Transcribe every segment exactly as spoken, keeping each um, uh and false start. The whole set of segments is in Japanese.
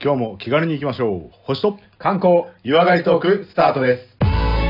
今日も気軽に行きましょう。星と観光湯上がりトークスタートです。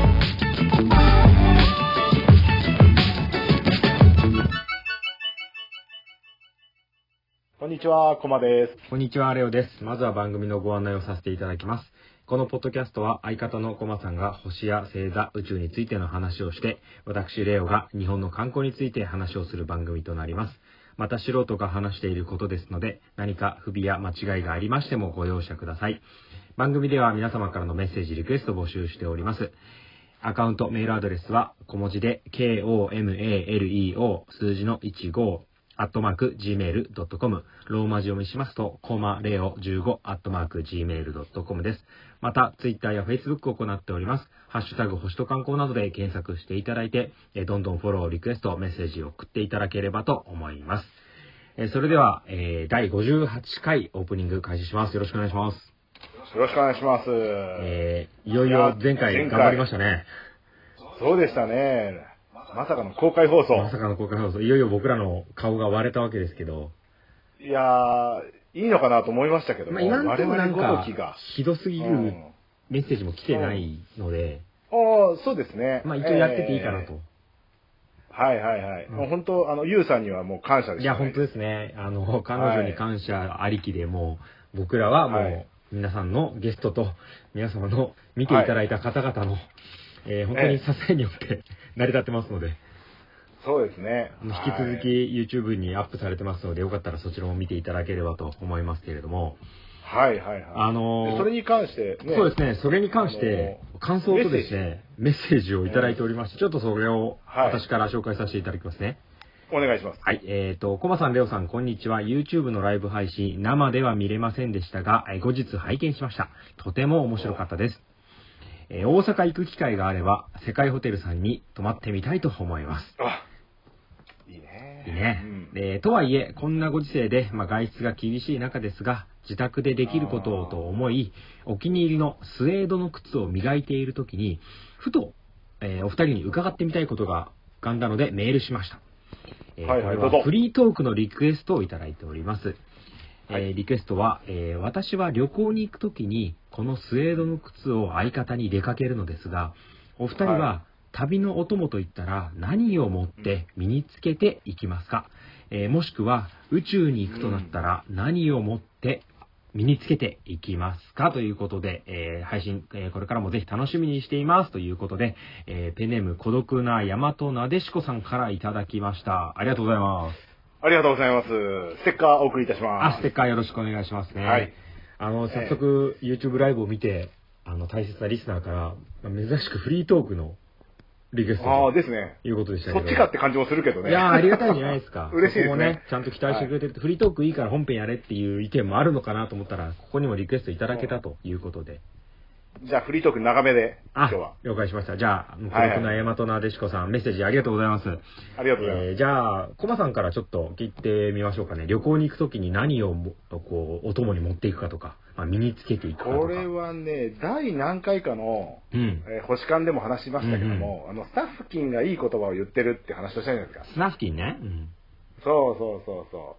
こんにちは、コマです。 こんにちは、レオです。まずは番組のご案内をさせていただきます。このポッドキャストは相方のコマさんが星や星座、宇宙についての話をして、私レオが日本の観光について話をする番組となります。また素人が話していることですので、何か不備や間違いがありましてもご容赦ください。番組では皆様からのメッセージ、リクエストを募集しております。アカウント、メールアドレスは小文字で ケーオーエムエーエルイーオー 数字のじゅうごアットマーク ジーメールドットコム ローマ字読みしますとコマレオじゅうごアットマーク ジーメールドットコム です。またツイッターやフェイスブックを行っております。ハッシュタグ星と観光などで検索していただいて、どんどんフォロー、リクエスト、メッセージを送っていただければと思います。それでは、えー、だいごじゅうはちかいオープニング開始します。よろしくお願いします。 よろしくお願いします。 えー、いよいよ前回頑張りましたね。 そうでしたね。まさかの公開放送。 まさかの公開放送。いよいよ僕らの顔が割れたわけですけど。 いやー、いいのかなと思いましたけども、 まあ、今のところなんかひどすぎるメッセージも来てないので。 うん、ああ、そうですね。 まあ一応やってていいかなと。えーはいはいはい。うん、もう本当、あの、ユウさんにはもう感謝です、ね。 いや、本当ですね。あの、彼女に感謝ありきで、もう、僕らはもう、皆さんのゲストと、皆様の見ていただいた方々の、はい、えー、本当に支えによって成り立ってますので。 そうですね。 引き続き YouTube にアップされてますので、よかったらそちらも見ていただければと思いますけれども。 はいはいはい。 あのー、 それに関して、 ね、そうですね、それに関して、感想とですね、メッセージをいただいておりまして、ちょっとそれを私から紹介させていただきますね。 はい、お願いします。 はい、えっと、コマさん、レオさん、こんにちは。YouTube のライブ配信、生では見れませんでしたが、後日拝見しました。とても面白かったです。えー、大阪行く機会があれば、世界ホテルさんに泊まってみたいと思います。 あ、いいね。 いいね。うん、えー、とはいえ、こんなご時世で、まあ、外出が厳しい中ですが、自宅でできることをと思い、お気に入りのスウェードの靴を磨いているときに、ふと、えー、お二人に伺ってみたいことが浮かんだのでメールしました。えーはいはい、これはフリートークのリクエストをいただいております。はい、えー、リクエストは、えー、私は旅行に行くときに、このスウェードの靴を相方に出かけるのですが、お二人は、はい、旅のお供といったら何を持って身につけていきますか、えー、もしくは宇宙に行くとなったら何を持って身につけていきますかということで、えー、配信、えー、これからもぜひ楽しみにしていますということで、えー、ペンネーム孤独な大和なでしこさんからいただきました。ありがとうございます。 ありがとうございます。ステッカーお送りいたします。 あ、ステッカーよろしくお願いしますね。はい。あの、早速、えー、YouTube ライブを見て、あの、大切なリスナーから、珍しくフリートークのリクエストああですね。 いうことでしたけど。 そっちかって感じもするけどね。 いやー、ありがたいじゃないですか。 嬉しいですね。 そこもね、ちゃんと期待してくれてる、はい、フリートークいいから本編やれっていう意見もあるのかなと思ったら、ここにもリクエストいただけたということで。 じゃあ、フリートーク長めで、今日は。 了解しました。じゃあ、孤独な大和なでしこさん、メッセージありがとうございます。 ありがとうございます。 えー、じゃあ、コマさんからちょっと聞いてみましょうかね。旅行に行くときに何をこうお供に持っていくかとか、まあ、身につけていくかとか。 これはね、第何回かの、うんえー、星間でも話しましたけども、うんうん、あの、スタッフキンがいい言葉を言ってるって話をしたじゃないですか。 スナフキンね。うん、 そうそうそうそう。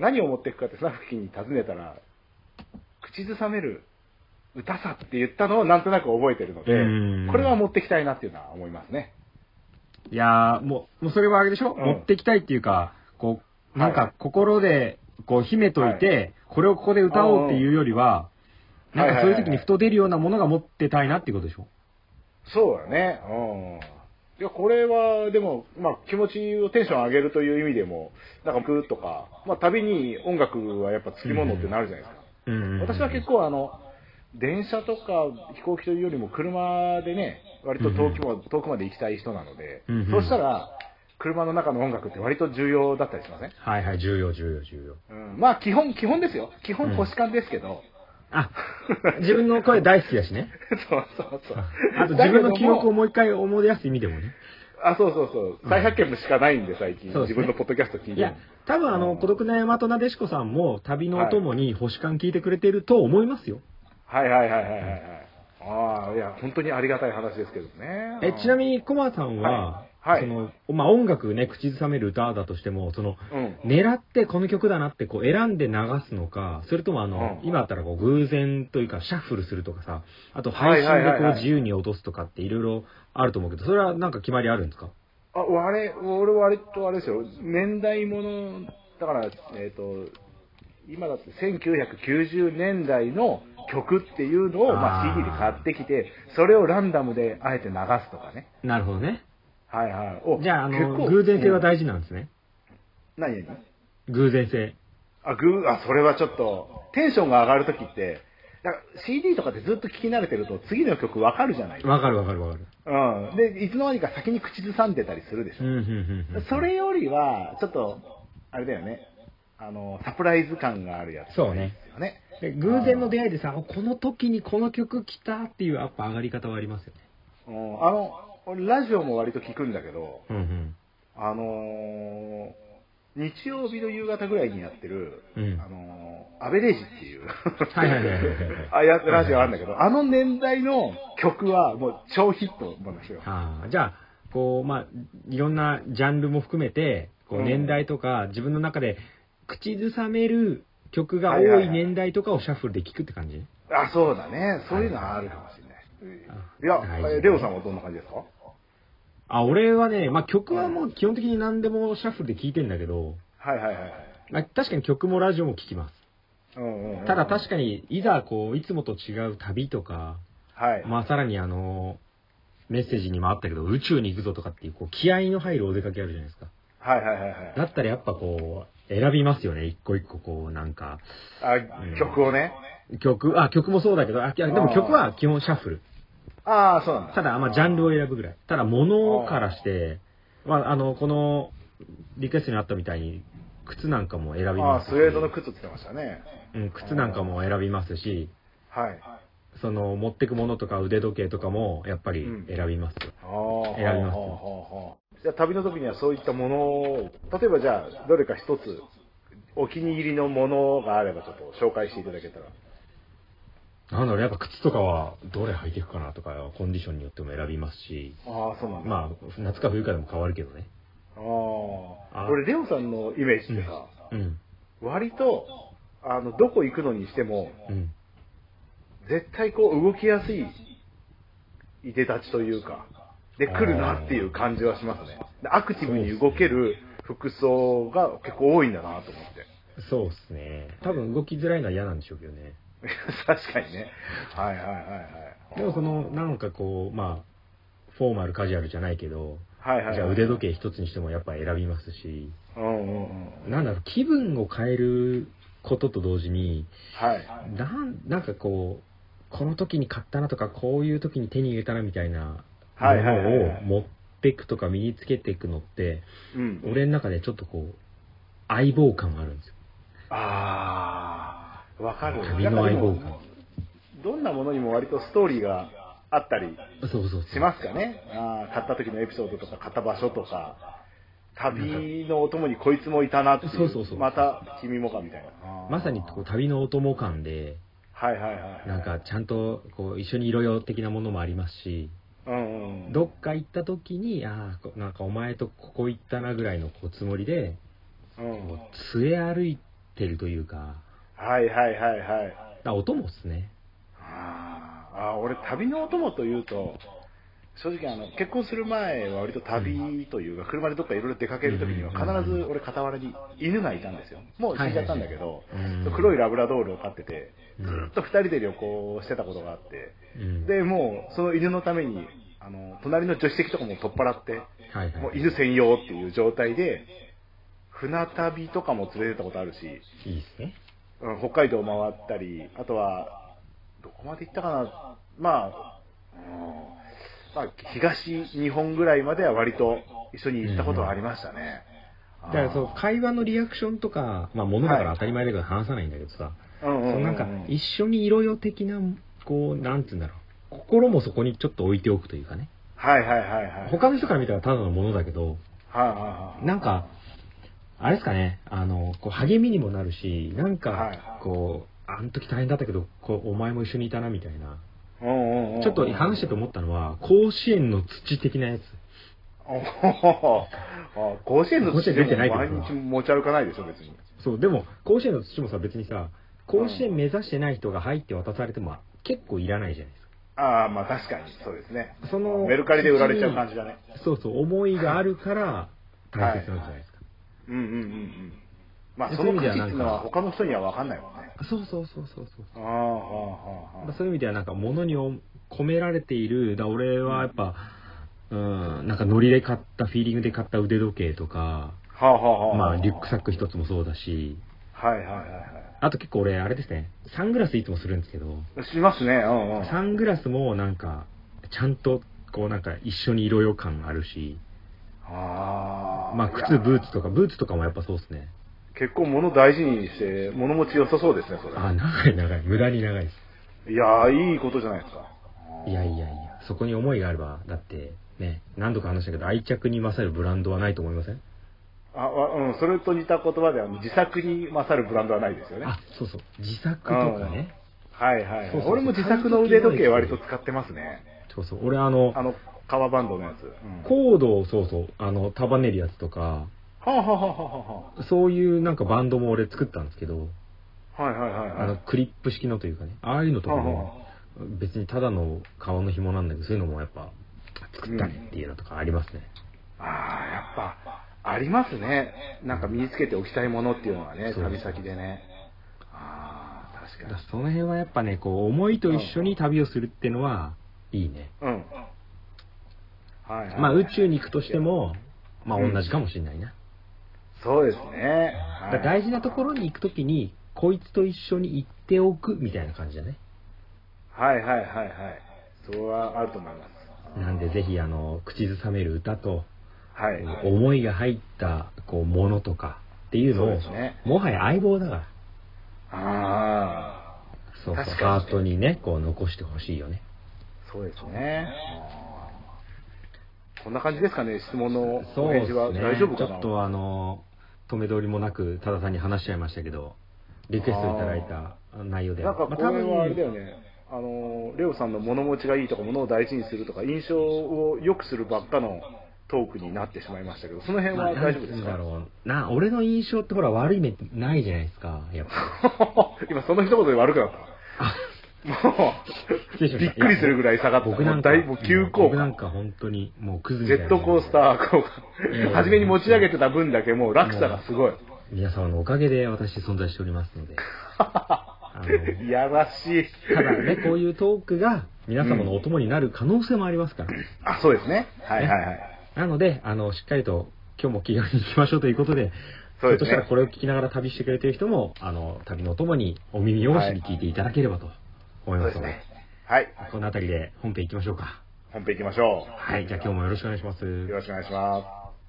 何を持っていくかってスナフキンに尋ねたら、口ずさめる歌さって言ったのをなんとなく覚えてるので、これは持ってきたいなっていうのは思いますね。 いやー、もう、もうそれはあれでしょ、うん、持ってきたいっていうか、こう、なんか心で、こう秘めといて、はい、これをここで歌おうっていうよりは、なんかそういう時にふと出るようなものが持ってたいなっていうことでしょ。 そうだね。うん。いや、これは、でも、まあ、気持ちをテンション上げるという意味でも、なんか、行くとか、まあ、旅に音楽はやっぱ付き物ってなるじゃないですか。うんうんうん、私は結構、あの、電車とか飛行機というよりも車でね、割と遠くまで、遠くまで行きたい人なので、うんうん、そうしたら、車の中の音楽って割と重要だったりしません？ はいはい、重要、重要、重要。 うん、まあ、基本、基本ですよ。基本、星間ですけど、うんあ、自分の声大好きだしね。 そうそうそう。 あと自分の記憶をもう一回思い出す意味でもね。 あ、そうそうそう。再発見もしかないんで、最近。うん、自分のポッドキャスト聞いてる。いや、 多分あの、孤独な大和なでしこさんも旅のお供に星間聞いてくれてると思いますよ。 はいはいはいはいはい。ああ、いや、本当にありがたい話ですけどね。 え、ちなみに、コマさんは、はい、 はい、 その、まあ、音楽ね、口ずさめる歌だとしても、その、うん、狙ってこの曲だなってこう選んで流すのか、それともあの、うん、今だったらこう偶然というかシャッフルするとかさ、あと配信でこう自由に落とすとかっていろいろあると思うけど、それはなんか決まりあるんですか？ あ、あれ、俺割とあれですよ、年代もの、だから、えっと、今だってせんきゅうひゃくきゅうじゅうねんだいの曲っていうのをまあ シーディー で買ってきて、それをランダムであえて流すとかね。 なるほどね。 はいはい。 おじゃあ、あの、偶然性は大事なんですね。 うん、何々 偶然性。 あ、ぐあ、それはちょっと、テンションが上がるときって、だから シーディー とかってずっと聴き慣れてると、次の曲わかるじゃないですか。 わかるわかるわかる。 うん。で、いつの間にか先に口ずさんでたりするでしょ。 うんうんうんうん、 それよりは、ちょっと、あれだよね。あの、サプライズ感があるやつ、 そうね。 ね。 で偶然の出会いでさ、この時にこの曲来たっていうやっぱ上がり方はありますよね。 うん、あの、俺ラジオも割と聞くんだけど、 うんうん、 あのー、日曜日の夕方ぐらいにやってる、うん、あのー、アベレージっていうはいはいはいはい、 あやラジオあるんだけど、あの年代の曲はもう超ヒットなんですよ。 あじゃあ、こう、まあ、いろんなジャンルも含めて、こう年代とか、うん、自分の中で口ずさめる曲が多い年代とかをシャッフルで聞くって感じ、はいはいはい、あ、そうだね。そういうのはあるかもしれない。いや、レオさんはどんな感じですか？ あ、俺はね、まあ、曲はもう基本的に何でもシャッフルで聴いてんだけど、 はいはいはい。 まあ、確かに曲もラジオも聴きます。 うんうんうん、 ただ確かに、いざこう、いつもと違う旅とか、 はい、 まあさらにあの、メッセージにもあったけど、宇宙に行くぞとかっていう、こう、気合の入るお出かけあるじゃないですか。 はいはいはいはい。 だったらやっぱこう、選びますよね、一個一個こう、なんか。 あ、うん、曲をね。 曲、あ、曲もそうだけど、あ、でも曲は基本シャッフル。 ああ、そうなんだ。 ただ、まあ、ジャンルを選ぶぐらい。ただ、物からして、まあ、あの、この、リクエストにあったみたいに、靴なんかも選びますし。 ああ、スウェードの靴って言ってましたね。 うん、靴なんかも選びますし、 はい。 その、持ってくものとか腕時計とかも、やっぱり選びますよ。うん、選びますよ。 じゃあ、旅の時にはそういったものを、例えばじゃあ、どれか一つ、お気に入りのものがあれば、ちょっと紹介していただけたら。 なんだろう、やっぱ靴とかはどれ履いていくかなとか、コンディションによっても選びますし。 ああ、そうなんだ。 まあ、夏か冬かでも変わるけどね。 ああ。俺、レオさんのイメージってさ、うんうん、割と、あの、どこ行くのにしても、うん、絶対こう、動きやすい、いでたちというか、で、来るなっていう感じはしますね。アクティブに動ける服装が結構多いんだなと思って。 そうっすね。多分動きづらいのは嫌なんでしょうけどね。 確かにね。はいはいはいはい。 でもその、なんかこう、まあ、フォーマルカジュアルじゃないけど、 はいはいはい、 じゃあ腕時計一つにしてもやっぱ選びますし、 うんうんうん、 なんだろう、気分を変えることと同時に、 はい、 なん、なんかこう、この時に買ったなとか、こういう時に手に入れたなみたいなものを持っていくとか身につけていくのって、うん、俺の中でちょっとこう、相棒感があるんですよ。 ああ、わかる。 旅の相棒感。 どんなものにも割とストーリーがあったりしますかね。ああ、買った時のエピソードとか、買った場所とか、旅のお供にこいつもいたなっていう。 そうそうそう。 また君もかみたいな。 まさにこう旅のお供感で、 はいはいはい、はい。 なんかちゃんとこう一緒にいろよ的なものもありますし、 うんうん、 どっか行った時に、ああ、なんかお前とここ行ったなぐらいのつもりで、うん、連れ歩いてるというか。 はいはいはいはい。 あ、お供っすね。 ああ、俺旅のお供というと、正直あの結婚する前は割と旅というか、うん、車でどっかいろいろ出かける時には必ず俺傍らに犬がいたんですよ。もう死んじゃったんだけど、黒いラブラドールを飼ってて、ずっとふたりで旅行してたことがあって、うん、でもうその犬のためにあの隣の助手席とかも取っ払って、はいはい、もう犬専用っていう状態で船旅とかも連れてったことあるし、 いいですね。 うん、北海道回ったり、あとはどこまで行ったかな、まあ、うんまあ、東日本ぐらいまでは割と一緒に行ったことはありましたね。 うん、だからそう会話のリアクションとか、まあ物だから当たり前だけど話さないんだけどさ、なんか一緒にいろよ的な、こう、なんつうんだろう、心もそこにちょっと置いておくというかね。 はいはいはいはい。 他の人から見たらただのものだけど、 はいはいはい。 なんか、あれですかね、あの、こう励みにもなるし、なんか、こう、あの時大変だったけど、こうお前も一緒にいたなみたいな。ちょっと話してて思ったのは、甲子園の土的なやつ。 ああ甲子園の土でも毎日持ち歩かないでしょ別に。 そうでも甲子園の土もさ別にさ甲子園目指してない人が入って渡されても結構いらないじゃないですか。 ああまあ確かにそうですね。 そのメルカリで売られちゃう感じだね。 そうそう思いがあるから大切なんじゃないですか。はい、 うんうんうんうん。まあその価値っていうのは他の人には分かんないもんね。 そうそうそうそうそう。 ああああああ。 そういう意味ではなんか物に込められているだ俺はやっぱ、うん、なんかノリで買ったフィーリングで買った腕時計とか、 はあはあはあ、 まあリュックサック一つもそうだし、 はいはいはいはい。 あと結構俺あれですね、サングラスいつもするんですけど、 しますね。うんうん。 サングラスもなんかちゃんとこうなんか一緒に色々感あるし、 ああ。 まあ靴ブーツとかブーツとかもやっぱそうですね。 結構物大事にして物持ち良さそうですねそれ。 あ長い長い無駄に長いです。 いやーいいことじゃないですか。 いやいやいやそこに思いがあればだってね何度か話したけど愛着に勝るブランドはないと思いません？ あうんそれと似た言葉では自作に勝るブランドはないですよね。 あそうそう自作とかね。 はいはい。そうそうそう俺も自作の腕時計割と使ってますね。 そうそう俺あのあの革バンドのやつ、うん、 コードをそうそうあの束ねるやつとかはあ、はあはあはあ、そういうなんかバンドも俺作ったんですけど、 はいはいはい、はい、 あのクリップ式のというかねああいうのとかも、はあはあ、別にただの革の紐なんだけどそういうのもやっぱ作ったねっていうのとかありますね、 うん、ああやっぱありますねなんか身につけておきたいものっていうのはね旅先でねああ確かにその辺はやっぱねこう思いと一緒に旅をするっていうのはいいねうん、はいはい、 まあ宇宙に行くとしてもまあ同じかもしれないな、うん、 そうですね、 はい、だ大事なところに行くときにこいつと一緒に行っておくみたいな感じだねはいはいはいはいそれはあると思いますなんでぜひあの口ずさめる歌と、 はい、 思いが入ったこうものとかっていうのをう、ね、もはや相棒だからああそうそうハートにねこう残してほしいよねそうですねこんな感じですかね質問のお返事は大丈夫かな、 ちょっとあの止めどりもなく多田さんに話しちゃいましたけどリクエストいただいた内容でなんかこれはあれだよね、まあ、あのレオさんの物持ちがいいとか物を大事にするとか印象を良くするばっかのトークになってしまいましたけどその辺は大丈夫ですか？ なんだろうな俺の印象ってほら悪い目ないじゃないですかやっぱ今その一言で悪くなったもうびっくりするぐらい下がった僕なんかもう急降下僕なんか本当にもうクズみたいなジェットコースター効果初めに持ち上げてた分だけもう落差がすごい皆様のおかげで私存在しておりますのであのいやらしいただねこういうトークが皆様のお供になる可能性もありますから、うん、 あそうですねはいはいはいなのであのしっかりと今日も気軽に行きましょうということでそうですね、ひょっとしたらこれを聞きながら旅してくれてる人もあの旅のお供にお耳汚しに聞いていただければと思いますので、はい、ねはい、この辺りで本編行きましょうか。 本編行きましょう。 はい、じゃあ今日もよろしくお願いします。よろしくお願いします。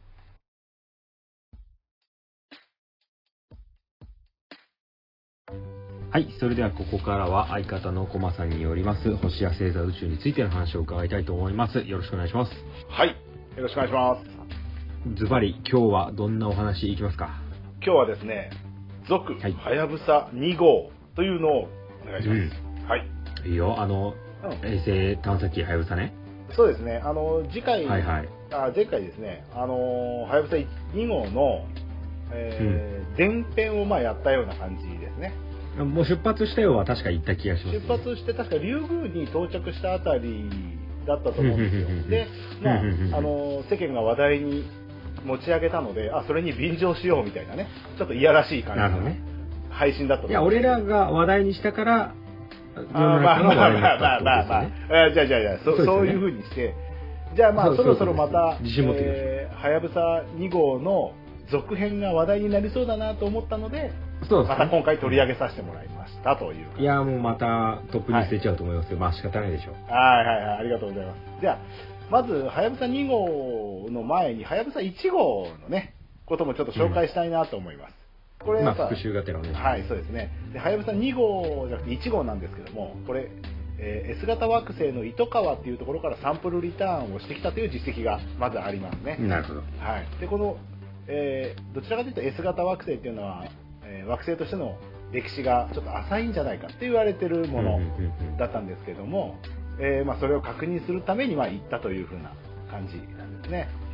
はい、それではここからは相方のコマさんによります星や星座宇宙についての話を伺いたいと思います。よろしくお願いします。 はい、よろしくお願いします。 ズバリ今日はどんなお話いきますか？ 今日はですね、続はやぶさに号というのをお願いします。うん、はい。 いいよ、あの、うん、衛星探査機はやぶさね。 そうですね。あの次回、 はいはい、 あ前回ですね、あのはやぶさに号の、えーうん、前編をまあやったような感じですね。 もう出発したようは確か言った気がします、ね。 出発して確か竜宮に到着したあたりだったと思うんですよ。で、まああの世間が話題に持ち上げたので、あそれに便乗しようみたいなね、ちょっといやらしい感じの配信だったと思うんです。 いや俺らが話題にしたから。 あまあまあまあまあまあまあまあ、じゃあじゃあじゃあそ う,、ね、そういう風にして、じゃあまあそろそろまたはやぶさに号の続編が話題になりそうだなと思ったので、そうですね、また今回取り上げさせてもらいましたという。 いやもうまたトップに捨てちゃうと思いますけど、はい、まあ仕方ないでしょう。 はいはいはい、ありがとうございます。じゃあまずはやぶさに号の前にはやぶさいち号のねこともちょっと紹介したいなと思います。うん、これまあ復習がてらね。 はいそうですね。ではやぶさに号じゃなくていち号なんですけども、これ、えー、S 型惑星の糸川っていうところからサンプルリターンをしてきたという実績がまずありますね。 なるほど。 はい。でこの、えー、どちらかというと S 型惑星っていうのは、えー、惑星としての歴史がちょっと浅いんじゃないかって言われてるものだったんですけども、えーまあ、それを確認するためにまあ行ったというふうな感じなんですね。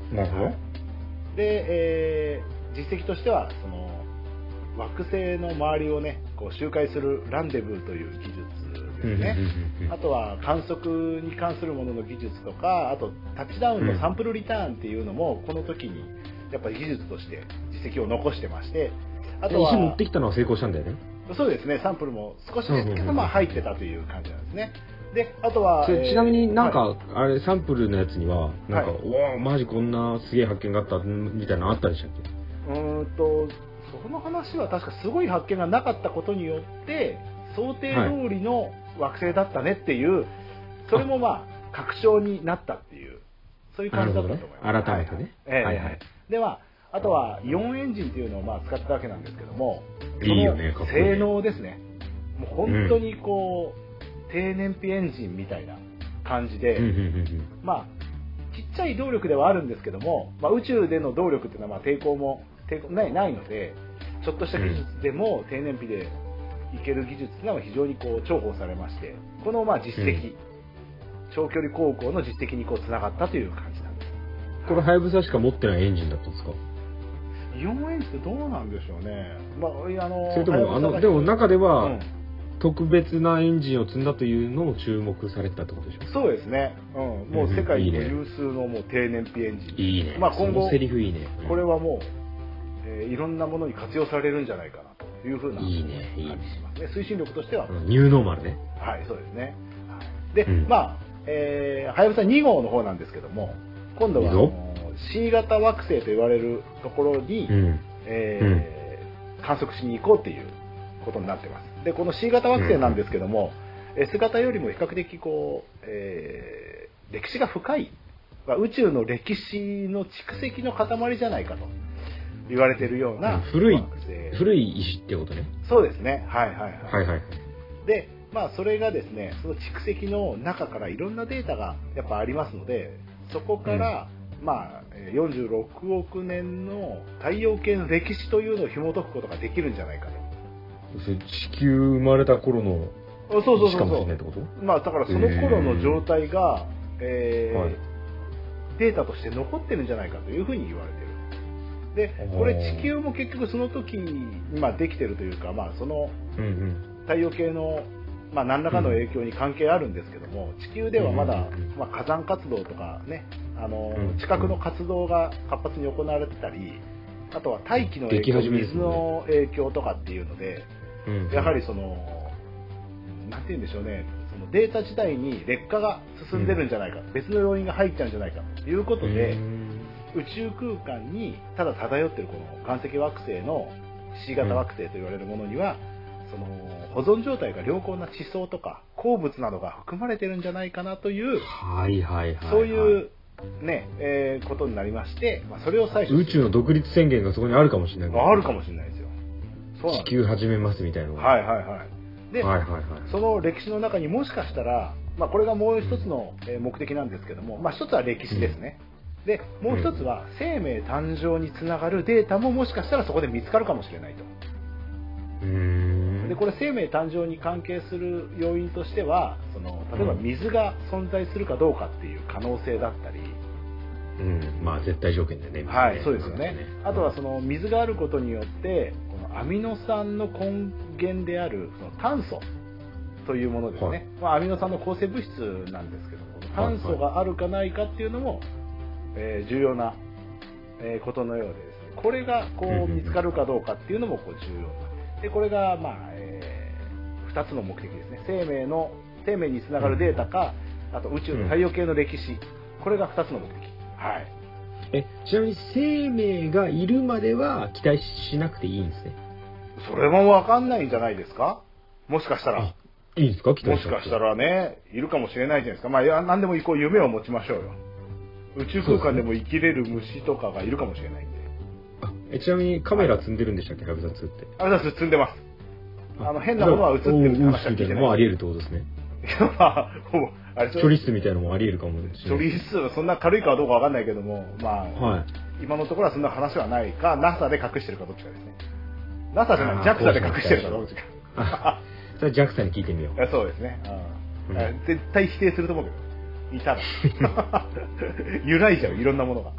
なるほど。 はい、で、えー、実績としてはその惑星の周りをねこう周回するランデブーという技術ですね。あとは観測に関するものの技術とか、あとタッチダウンのサンプルリターンっていうのもこの時にやっぱり技術として実績を残してまして、あとは石持ってきたのは成功したんだよね。 そうですね、サンプルも少しですけどまあ入ってたという感じなんですね。で、あとは、 ちなみになんか、 はい、 あれサンプルのやつにはなんか、 はい、 おおマジこんなすげえ発見があったみたいなのあったでしたっけ？ うーんとその話は確かすごい発見がなかったことによって想定通りの惑星だったねっていう、はい、それもまあ確証になったっていうそういう感じだったと思います。 ね、改めてね。 はいはい。はいはい、ではあとはイオンエンジンっていうのをまあ使ったわけなんですけども、いいよね、かっこいいね、性能ですね。もう本当にこう、うん、低燃費エンジンみたいな感じで、まあちっちゃい動力ではあるんですけども、まあ、宇宙での動力っていうのはまあ抵抗も抵抗ないないので、ちょっとした技術でも低燃費でいける技術っていうのは非常にこう重宝されまして、このまあ実績、うん、長距離航行の実績にこうつながったという感じなんです。 これはやぶさしか持ってないエンジンだったんですか？ イオンエンジンってどうなんでしょうね。まあ、あのそれともあのでも中では、うん、特別なエンジンを積んだというのを注目されたってことでしょうか？ そうですね、うん、もう世界有数のもう低燃費エンジン、 いいね、 まあ、今後そのセリフいいね、 うん、これはもう、えー、いろんなものに活用されるんじゃないかなというふうな感じしますね。推進力としては、 うん、ニューノーマルね。 はい、そうですね。で、うん、まあ、えー、はやぶさに号の方なんですけども、今度はあの C 型惑星と言われるところに、うん、えーうん、観測しに行こうっていうことになってます。でこの C 型惑星なんですけども、うん、S 型よりも比較的こう、えー、歴史が深い、まあ、宇宙の歴史の蓄積の塊じゃないかと言われているような、うん、 古い古い石ってことね。 そうですね、はいはいはい、 はいはい、 でまあそれがですね、その蓄積の中からいろんなデータがやっぱありますので、そこから、うん、まあよんじゅうろくおくねんの太陽系の歴史というのを紐解くことができるんじゃないかと。 地球生まれた頃の石かもしれないってこと？ まあだからその頃の状態が、えーはい、データとして残ってるんじゃないかというふうに言われてる。でこれ地球も結局その時に、まあ、できてるというか、まあ、その太陽系の、まあ、何らかの影響に関係あるんですけども、地球ではまだ、まあ、火山活動とかね、あの地殻の活動が活発に行われてたり、あとは大気の影響、水の影響とかっていうので、やはりそのなんて言うんでしょうね、そのデータ自体に劣化が進んでるんじゃないか、別の要因が入っちゃうんじゃないかということで、宇宙空間にただ漂ってるこの岩石惑星の C 型惑星と言われるものには、その保存状態が良好な地層とか鉱物などが含まれてるんじゃないかなという、 はいはいはいはい、 そういうね、えー、ことになりまして、まあ、それを最初宇宙の独立宣言がそこにあるかもしれない、ね、 あるかもしれないですよ。 そうなんです。地球始めますみたいなのが、 はいはいはい。で、はいはいはい、その歴史の中にもしかしたら、まあ、これがもう一つの目的なんですけども、まあ、一つは歴史ですね、うん、でもう一つは生命誕生につながるデータももしかしたらそこで見つかるかもしれないと。 うーん、 でこれ生命誕生に関係する要因としては、その例えば水が存在するかどうかっていう可能性だったり、 うん、まあ絶対条件でね。 はい、そうですよね。あとはその水があることによってこのアミノ酸の根源であるその炭素というものですね、はい、まあ、アミノ酸の構成物質なんですけども、炭素があるかないかっていうのも、えー、重要な、えー、ことのようでですね、これがこう見つかるかどうかっていうのもこう重要なで、これがまあ、えー、ふたつの目的ですね。生命の生命につながるデータか、あと宇宙の太陽系の歴史、これがふたつの目的。はい。 え、ちなみに生命がいるまでは期待しなくていいんですね。 それも分かんないんじゃないですか。もしかしたら。 いいんですか、期待もしかしたらね、いるかもしれないじゃないですか。まあ、いや、何でもこう夢を持ちましょうよ。宇宙空間でも生きれる虫とかがいるかもしれないんで。 あ、え、ちなみにカメラ積んでるんでしたっけ、ラブザツーって。 ラブザツー積んでます。あの変なものは映ってるって話は聞いてない。 もうあり得るってことですね。 まあ、あれ処理室みたいなのもあり得るかもしれない。 処理室はそんな軽いかどうかわかんないけども、まあ、はい、今のところはそんな話はないか、ナサ で隠してるかどっちかですね。ナサ じゃない、ジャクサ で隠してるかどっちか。 それ ジャクサ に聞いてみよう。 そうですね。うん、絶対否定すると思うけど、いたら。揺らいじゃう、いろんなものが。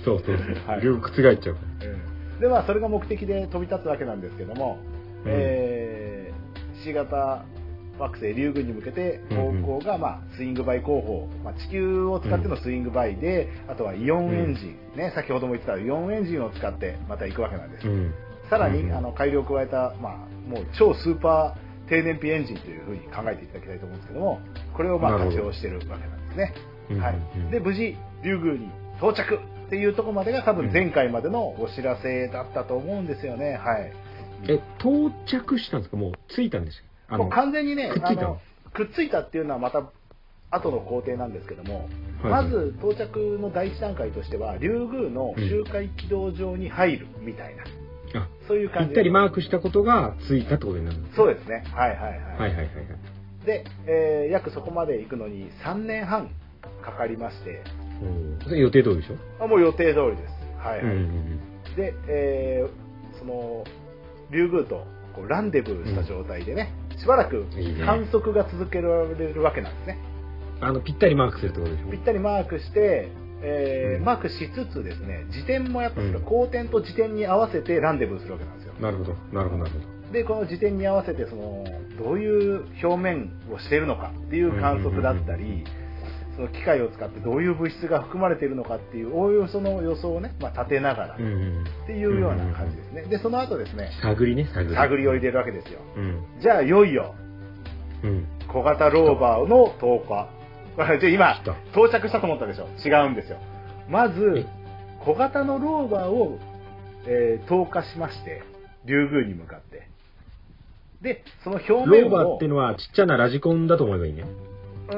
そうそうそう。はい。覆っちゃうから。 うん、で、まあ、それが目的で飛び立つわけなんですけども、うん、えー、C 型惑星リュウグウに向けて方向が、まあ、スイングバイ工法、まあ、地球を使ってのスイングバイで、うん、あとはイオンエンジン、うん、ね、先ほども言ってたイオンエンジンを使ってまた行くわけなんです。うん、さらに、うん、あの改良を加えた、まあ、もう超スーパー低燃費エンジンというふうに考えていただきたいと思うんですけども、これをまあ活用しているわけなんですね。はい。で、無事リュウグウに到着っていうところまでが多分前回までのお知らせだったと思うんですよね。はい。 え、到着したんですか？もう着いたんですか？ もう完全にね、 くっついたの？ くっついたっていうのはまた後の工程なんですけども、はいはい、まず到着の第一段階としてはリュウグウの周回軌道上に入るみたいな、うん、そういう感じでぴったりマークしたことがついたってことになるんですね。 そうですね。はいはいはい。 はいはいはいはい。 で、えー、約そこまで行くのにさんねんはんかかりまして、 それ予定通りでしょ？ あ、もう予定通りです。はいはい。うんうんうん、で、えー、そのリュウグウとこうランデブーした状態でね、うん、しばらく観測が続けられるわけなんですね。 あのぴったりマークするってことでしょ？ ぴったりマークして、えーうん、マークしつつですね、時点もやっぱそれ公転と時点に合わせてランデブーするわけなんですよ。 なるほどなるほどなるほど。 でこの時点に合わせてそのどういう表面をしているのかっていう観測だったり、うんうんうんうん、その機械を使ってどういう物質が含まれているのかっていうおおよその予想をね、まあ、立てながらっていうような感じですね。でその後ですね、 探りね探り探りを入れるわけですよ。 うん、 じゃあいよいよ、うん、小型ローバーの投下。じゃ今到着したと思ったでしょ？違うんですよ。まず小型のローバーを、えー、投下しまして、リュウグウに向かって。でその表面をローバーっていうのはちっちゃなラジコンだと思えばいいね。 うん、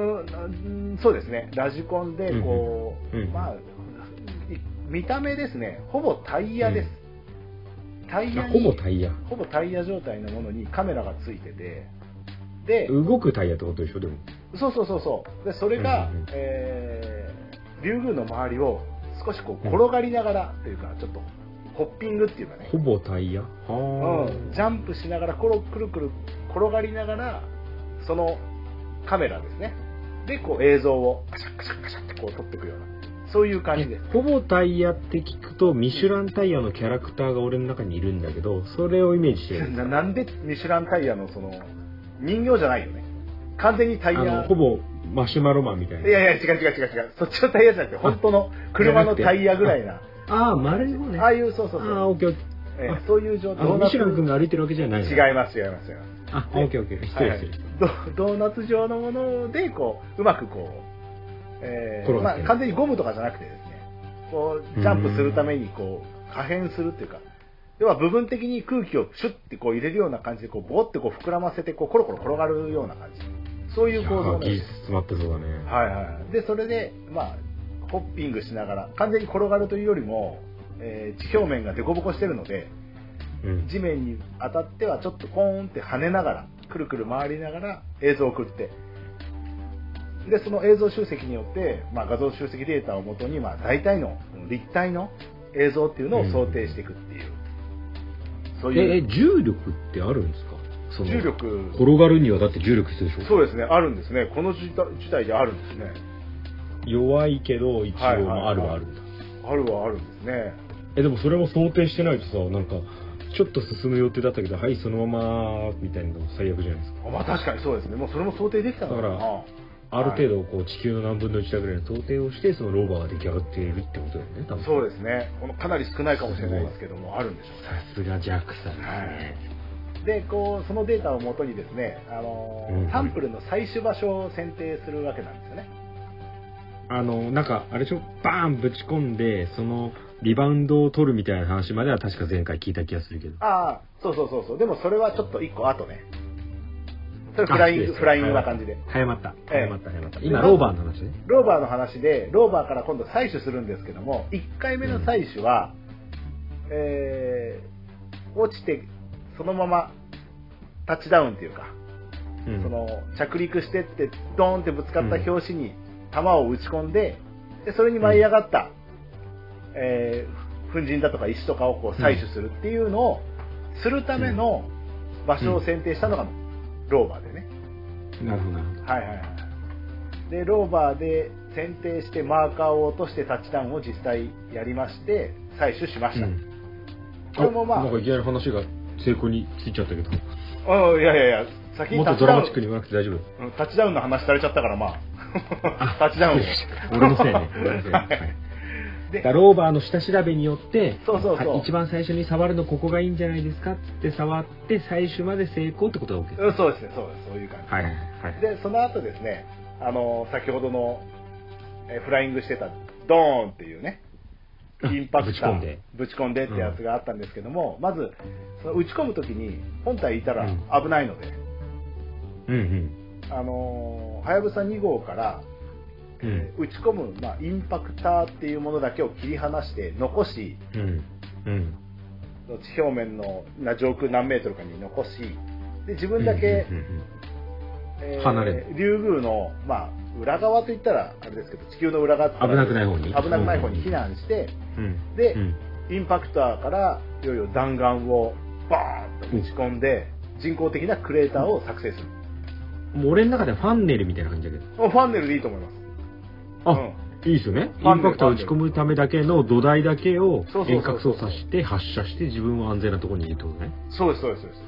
そうですね。ラジコンでこう、うんうん、まあ見た目ですね、ほぼタイヤです。うん、タイヤにほぼタイヤ。 ほぼタイヤ状態のものにカメラがついてて、で動くタイヤってことでしょ？でも。 そうそうそうそう。でそれが、うんうん、えー、リュウグウの周りを少しこう転がりながら、うん、というかちょっとホッピングっていうかね。 ほぼタイヤ。はあ、うん。ジャンプしながらコロくるくる転がりながらそのカメラですね。でこう映像をカシャッカシャッカシャッってこう撮っていくような、そういう感じです。 ほぼタイヤって聞くとミシュランタイヤのキャラクターが俺の中にいるんだけど、それをイメージしてるんですか？ なんでミシュランタイヤのその人形じゃないよね。完全にタイヤ。 あのほぼマシュマロマンみたいな。 いやいや違う違う違う違う。そっちのタイヤじゃなくて本当の車のタイヤぐらいな。 ああ丸い方ね。 ああいうそうそうそう。 ああオッケーオッケー。 えー、そういう状態。 ミシュラン君が歩いてるわけじゃない。 違います違います違います。 あ、オッケーオッケー。失礼失礼。 ドーナツ状のものでこううまくこう、えー、まあ完全にゴムとかじゃなくてですね、こうジャンプするためにこう可変するっていうか、要は部分的に空気をシュッてこう入れるような感じでこうボーってこう膨らませてこうコロコロ転がるような感じ。そういう構造なんです。 技術詰まってそうだね。 はいはい。でそれでまあホッピングしながら完全に転がるというよりも、えー、地表面が凸凹してるので、うん、地面に当たってはちょっとコーンって跳ねながらくるくる回りながら映像を送って、でその映像集積によって、まあ、画像集積データをもとに、まあ、大体の立体の映像っていうのを想定していくっていう、 うん、そういう。え重力ってあるんですか？その重力転がるにはだって重力必要でしょ？ そうですね、あるんですね。この時代であるんですね。 弱いけど一応、はいはいはい、あるはあるんだ。 あるはあるんですね。 えでもそれも想定してないとさ、なんかちょっと進む予定だったけど、はいそのままみたいなのも最悪じゃないですか。 まあ確かにそうですね。もうそれも想定できたのかな。 だからある程度こう地球の何分のいちだぐらいの想定をしてそのローバーが出来上がっているってことだよね。多分そうですね。このかなり少ないかもしれないですけどもあるんでしょうね。 さすがジャックさんですね。 はい、でこうそのデータをもとにですね、あの、うん、サンプルの採取場所を選定するわけなんですよね。 あのなんかあれでしょ、バーンぶち込んでそのリバウンドを取るみたいな話までは確か前回聞いた気がするけど。 ああそうそうそうそう。でもそれはちょっと一個後ね。それフライングフライングな感じで早まった早まった早まった。今ローバーの話ね。 ローバーの話でローバーから今度採取するんですけども、いっかいめの採取は、うん、えー、落ちてそのままタッチダウンっていうか、うん、その着陸してってドーンってぶつかった拍子に弾を打ち込んで、でそれに舞い上がった、うん、えー、粉塵だとか石とかをこう採取するっていうのをするための場所を選定したのがローバーでね。 なるほどなるほど。 はいはいはい。でローバーで選定してマーカーを落としてタッチダウンを実際やりまして採取しました、うん、 これもまあなんかいきなり話が成功についちゃったけど、 あいやいやいや先にもっとドラマチックに言わなくて大丈夫。 タッチダウンの話されちゃったからまあタッチダウンを俺のせいね俺のせい、はい、でローバーの下調べによってそうそうそう一番最初に触るのここがいいんじゃないですかって触って最終まで成功ってことが OK です。 そうですね、そうです、そういう感じ、 はいはい、 でその後ですね、あの先ほどのえフライングしてたドーンっていうねインパクターぶち込んでぶち込んでってやつがあったんですけども、うん、まずその打ち込むときに本体いたら危ないので、 うんうん、 あのはやぶさに号から、うんえー、打ち込む、まあ、インパクターっていうものだけを切り離して残し、 うんうん、 地表面の上空何メートルかに残しで自分だけ、うんうんうんえー、離れる竜宮の、まあ、裏側といったらあれですけど地球の裏側危なくない方に危なくない方に避難して、 うん、 で、 うん、 インパクターからいよいよ弾丸をバーンと打ち込んで、うん、人工的なクレーターを作成する。 もう俺の中ではファンネルみたいな感じだけど。 ファンネルでいいと思います。 あ、うん、いいですよね。インパクターを打ち込むためだけの土台だけを遠隔操作して発射して自分は安全なところにいるってことね。 そうですそうですそうです。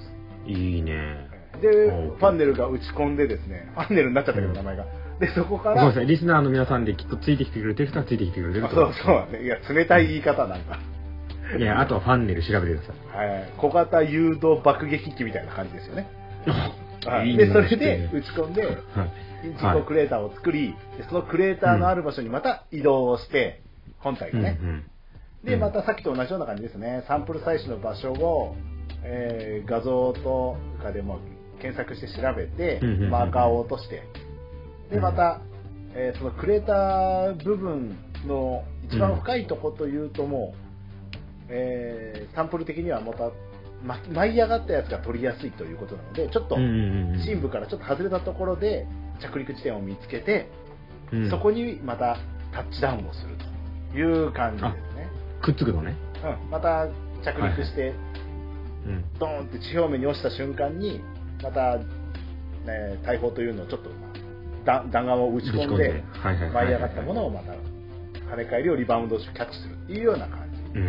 いいね。 でファンネルが打ち込んでですね、ファンネルになっちゃったけど名前が。でそこから。 ごめんなさい、リスナーの皆さんできっとついてきてくれてる人はついてきてくれてると思う。そうそうね。いや冷たい言い方なんか。 いやあとはファンネル調べてください。はい。小型誘導爆撃機みたいな感じですよね。はい、 いいでそれで打ち込んで、はい、人工クレーターを作り、でそのクレーターのある場所にまた移動して、うん、本体がね、 うんうん、 でまたさっきと同じような感じですね。サンプル採取の場所を、えー、画像とかでも検索して調べて、うんうんうん、マーカーを落としてでまた、えー、そのクレーター部分の一番深いところというともう、えー、サンプル的にはまた舞い上がったやつが取りやすいということなのでちょっと深部からちょっと外れたところで着陸地点を見つけて、うん、そこにまたタッチダウンをするという感じですね。 くっつくのね、 うん、また着陸して、はいはい、ドーンって地表面に落ちた瞬間にまた、ね、大砲というのをちょっと弾丸を打ち込んで舞い上がったものをまた跳ね返りをリバウンドしてキャッチするっていうような感じ、うん、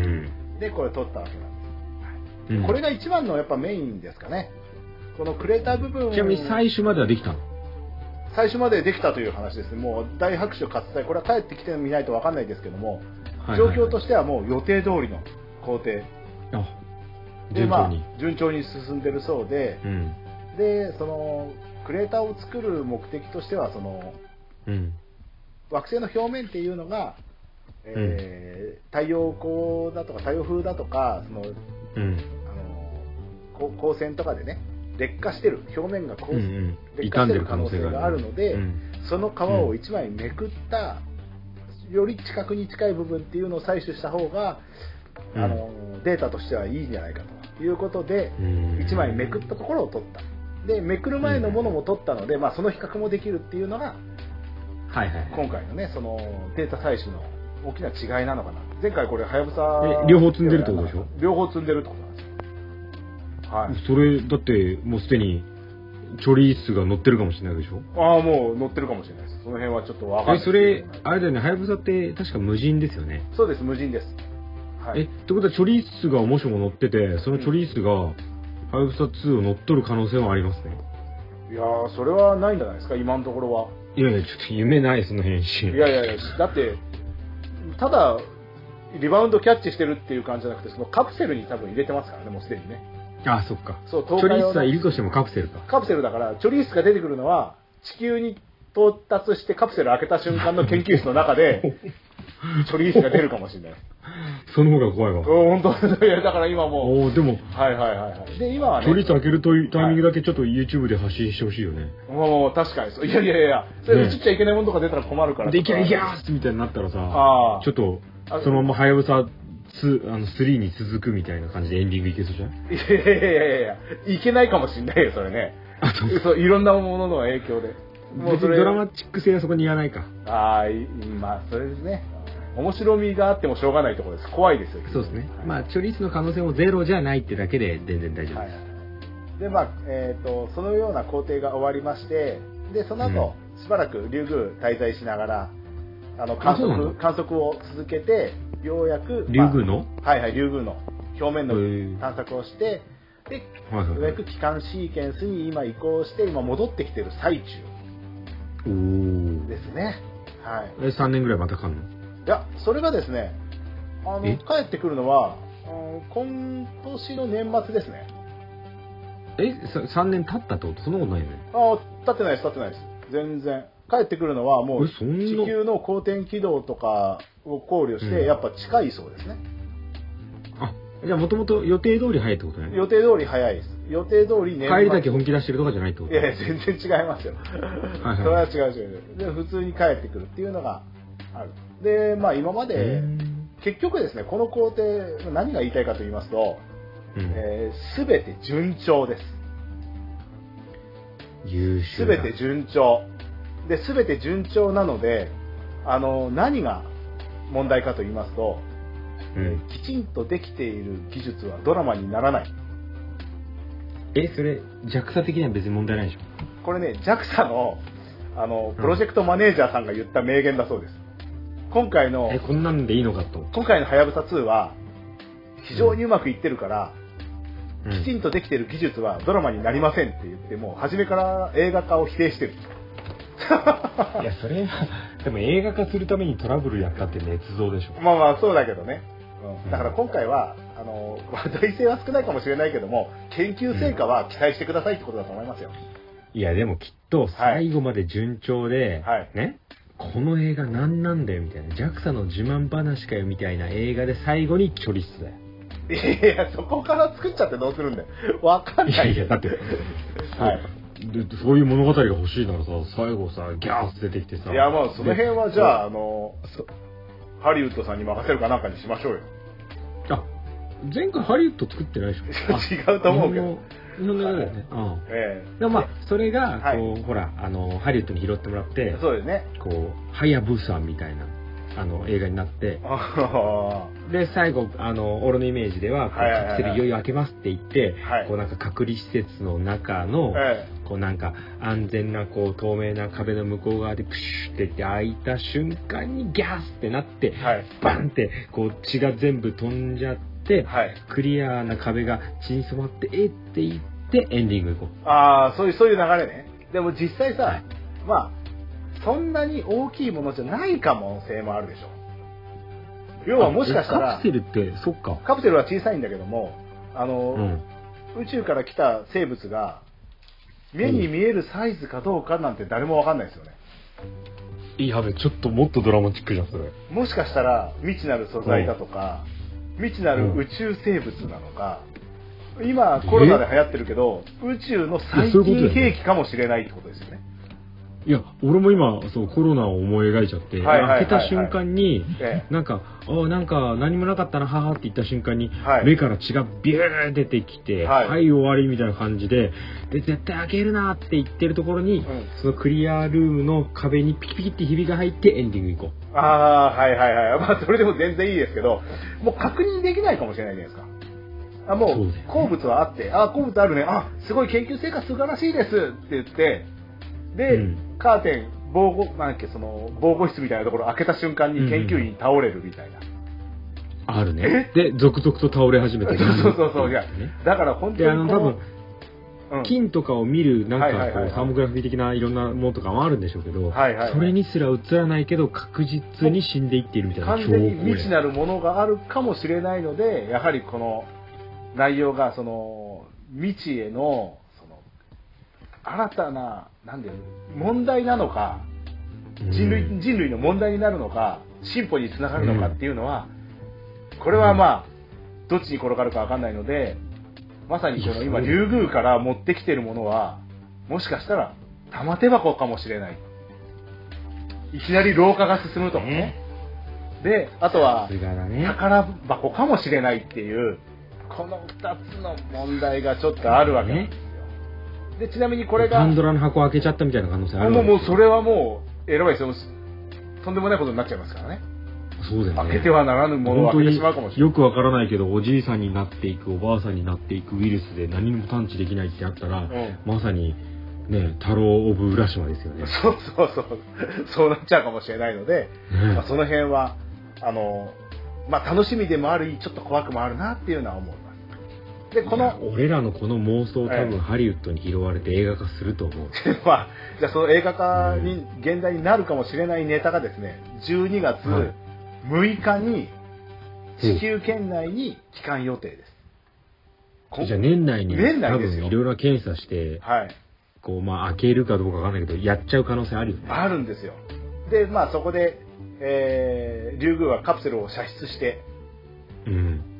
でこれ取ったわけなんです。うん、これが一番のやっぱメインですかね。このクレーター部分。 ちなみに最初まではできたの？ 最初までできたという話ですね。もう大拍手喝采。これは帰ってきてみないと分かんないですけども、はいはいはい、状況としてはもう予定通りの工程で、まあ順調に進んでるそうで、うん、でそのクレーターを作る目的としてはその、うん、惑星の表面っていうのが、えー、太陽光だとか太陽風だとかそのうん、あの光線とかでね劣化してる表面がこう、うんうん、劣化してる可能性があるので、うん、その皮をいちまいめくった、うん、より地殻に近い部分っていうのを採取した方が、うん、あのデータとしてはいいんじゃないかということで、うん、いちまいめくったところを取ったでめくる前のものも取ったので、まあ、その比較もできるっていうのが、はいはいはい、今回のねそのデータ採取の大きな違いなのかな。前回これはやぶさ両方積んでるってことでしょ。 両方積んでるってことなんですよ。はい。 それだってもうすでにチョリースが乗ってるかもしれないでしょ。 ああもう乗ってるかもしれないです。その辺はちょっとわかんない。 えそれあれだよね。はやぶさって確か無人ですよね。 そうです無人です。 はい。えってことはチョリースがもしも乗っててそのチョリースがはやぶさツーを乗っ取る可能性もありますね。 いやーそれはないんじゃないですか今のところは。 いやいやちょっと夢ないその返信。 いやいやいやだってただリバウンドキャッチしてるっていう感じじゃなくてそのカプセルに多分入れてますからねもうすでにね。 ああそっか。 そうチョリースはいるとしてもカプセルか。 カプセルだからチョリースが出てくるのは地球に到達してカプセル開けた瞬間の研究室の中でチョリースが出るかもしれない。 その方が怖いわ。 本当いやだから今もう。 おでもはいはいはいはい。で今はね。 チョリース開けるというタイミングだけちょっと YouTube で発信してほしいよね。 もう確かにそう。いやいやいやそれ映っちゃいけないものとか出たら困るから。 できないやーすみたいになったらさ、あちょっとそのままはやぶさツーあのスリーに続くみたいな感じでエンディングいけそうじゃん。 いやいやいやいやいけないかもしれないよそれね。そういろんなものの影響で。 もう別にドラマチック性はそこに言わないか。 ああまあそれですね。面白みがあってもしょうがないところです。怖いですよ。 そうですね。はい、まあチョリースの可能性もゼロじゃないってだけで全然大丈夫です。はい、 でまあえっ、ー、とそのような工程が終わりまして、でその後、うん、しばらく竜宮滞在しながら、 あの観測観測を続けてようやくリュウグウの、 まあ、はいはいリュウグウの表面の探索をしてで、はいはいはい、ようやく基幹シーケンスに今移行して今戻ってきてる最中ですね。はい。 えさんねんぐらいまたかんの？ いやそれがですねあの帰ってくるのは、うん、今年の年末ですね。 えさんねん経ったってこと？そんなことないよね。 あ経ってないです経ってないです。全然帰ってくるのはもう地球の公転軌道とかを考慮してやっぱ近いそうですね。 うん、あじゃあもともと予定通り早いってことね。 予定通り早いです。予定通り年末帰りだけ本気出してるとかじゃないってこと？ いやいや全然違いますよ。はいはい、それは違う違う。で普通に帰ってくるっていうのがある。でまあ今まで結局ですねこの工程何が言いたいかと言いますと、うんえー、全て順調です。 優秀だ。 全て順調で全て順調なのであの何が問題かと言いますと、うんえー、きちんとできている技術はドラマにならない。 えそれ ジャクサ 的には別に問題ないでしょ？ これね ジャクサ のあのプロジェクトマネージャーさんが言った名言だそうです。今回のえこんなんでいいのかと。 今回のはやぶさツーは非常にうまくいってるから、うん、きちんとできてる技術はドラマになりませんって言っても初めから映画化を否定してる。 いやそれはでも映画化するためにトラブルやったって捏造でしょ。 まあまあそうだけどね、うん、だから今回はあの話題性は少ないかもしれないけども研究成果は期待してくださいってことだと思いますよ。 いやでもきっと最後まで順調で、はい、ねこの映画何なんだよみたいな ジャクサ の自慢話かよみたいな映画で最後に距離質だよ。 いやいやそこから作っちゃってどうするんだよ。わかんない。 いやいやだってはいでそういう物語が欲しいならさ最後さギャース出てきてさいやまあその辺はじゃああのハリウッドさんに任せるかなんかにしましょうよ。 あ前回ハリウッド作ってないでしょ。違うと思うけど日本の映画だよね。うん。ええ。でもまあそれがこうほらあのハリウッドに拾ってもらってそうですね。 こうハヤブサみたいなあの映画になってで最後あの俺のイメージではカプセルいよいよ開けますって言ってこうなんか隔離施設の中のこうなんか安全なこう透明な壁の向こう側でプシュってって開いた瞬間にギャースってなってバンってこう血が全部飛んじゃって。はい、クリアな壁が血に染まってえって言ってエンディング行こう。ああそういうそういう流れね。でも実際さ、はい、まあそんなに大きいものじゃない可能性もあるでしょ。要はもしかしたらカプセルってそっかカプセルは小さいんだけどもあの、うん、宇宙から来た生物が目に見えるサイズかどうかなんて誰も分かんないですよね。 いいやべちょっともっとドラマチックじゃんそれ。 もしかしたら未知なる素材だとか、うん未知なる宇宙生物なのか、うん、今コロナで流行ってるけど宇宙の細菌兵器かもしれないってことですよね。 いや俺も今そうコロナを思い描いちゃって、はいはいはいはい、開けた瞬間に、ええ、なんかあなんか何もなかったなははって言った瞬間に、はい、目から血がビュー出てきて、はい、はい終わりみたいな感じでで絶対開けるなって言ってるところに、うん、そのクリアルームの壁にピキピキってひびが入ってエンディング行こう。 ああはいはいはいまあそれでも全然いいですけどもう確認できないかもしれないじゃないですか。あもう鉱物はあってあ鉱物あるねあすごい研究成果素晴らしいですって言ってで、うん、カーテン防護なんだっけその防護室みたいなところ開けた瞬間に研究員倒れるみたいな、 うん、あるね。で続々と倒れ始めてそうそうそうそういやだから本当にあの多分、うん、金とかを見るなんかこう、はいはいはいはい、サーモグラフィー的ないろんなものとかもあるんでしょうけど、はいはいはい、それにすら映らないけど確実に死んでいっているみたいな完全に未知なるものがあるかもしれないのでやはりこの内容がその未知へのその新たななんで問題なのか人類、うん、人類の問題になるのか進歩につながるのかっていうのは、うん、これはまあどっちに転がるか分かんないのでまさにこの今リュウグウから持ってきてるものはもしかしたら玉手箱かもしれない。いきなり老化が進むとかね。であとは宝箱かもしれないっていうこのふたつの問題がちょっとあるわけなんですよ。でちなみにこれがパンドラの箱開けちゃったみたいな可能性あるもうもうそれはもう選ばないですよ。とんでもないことになっちゃいますからね。 そうだよね。 開けてはならぬものを開けてしまうかもしれない。 よくわからないけどおじいさんになっていくおばあさんになっていくウイルスで何も探知できないってあったら、うん、まさにね、太郎オブ浦島ですよね。 そうそうそう。そうなっちゃうかもしれないので、 ねまあ、その辺は、あの、まあ楽しみでもあり、ちょっと怖くもあるなっていうのは思います。で、この。 俺らのこの妄想多分ハリウッドに拾われて映画化すると思う。 まあ、じゃあその映画化に、現代になるかもしれないネタがですね、じゅうにがつむいかに地球圏内に帰還予定です。 じゃあ年内に年内ですよ。 多分いろいろ検査して、はい。こう、まあ、開けるかどうかわかんないけど、やっちゃう可能性あるよね。 あるんですよ。で、まあ、そこで、えー、リュウグウはカプセルを射出して、うん。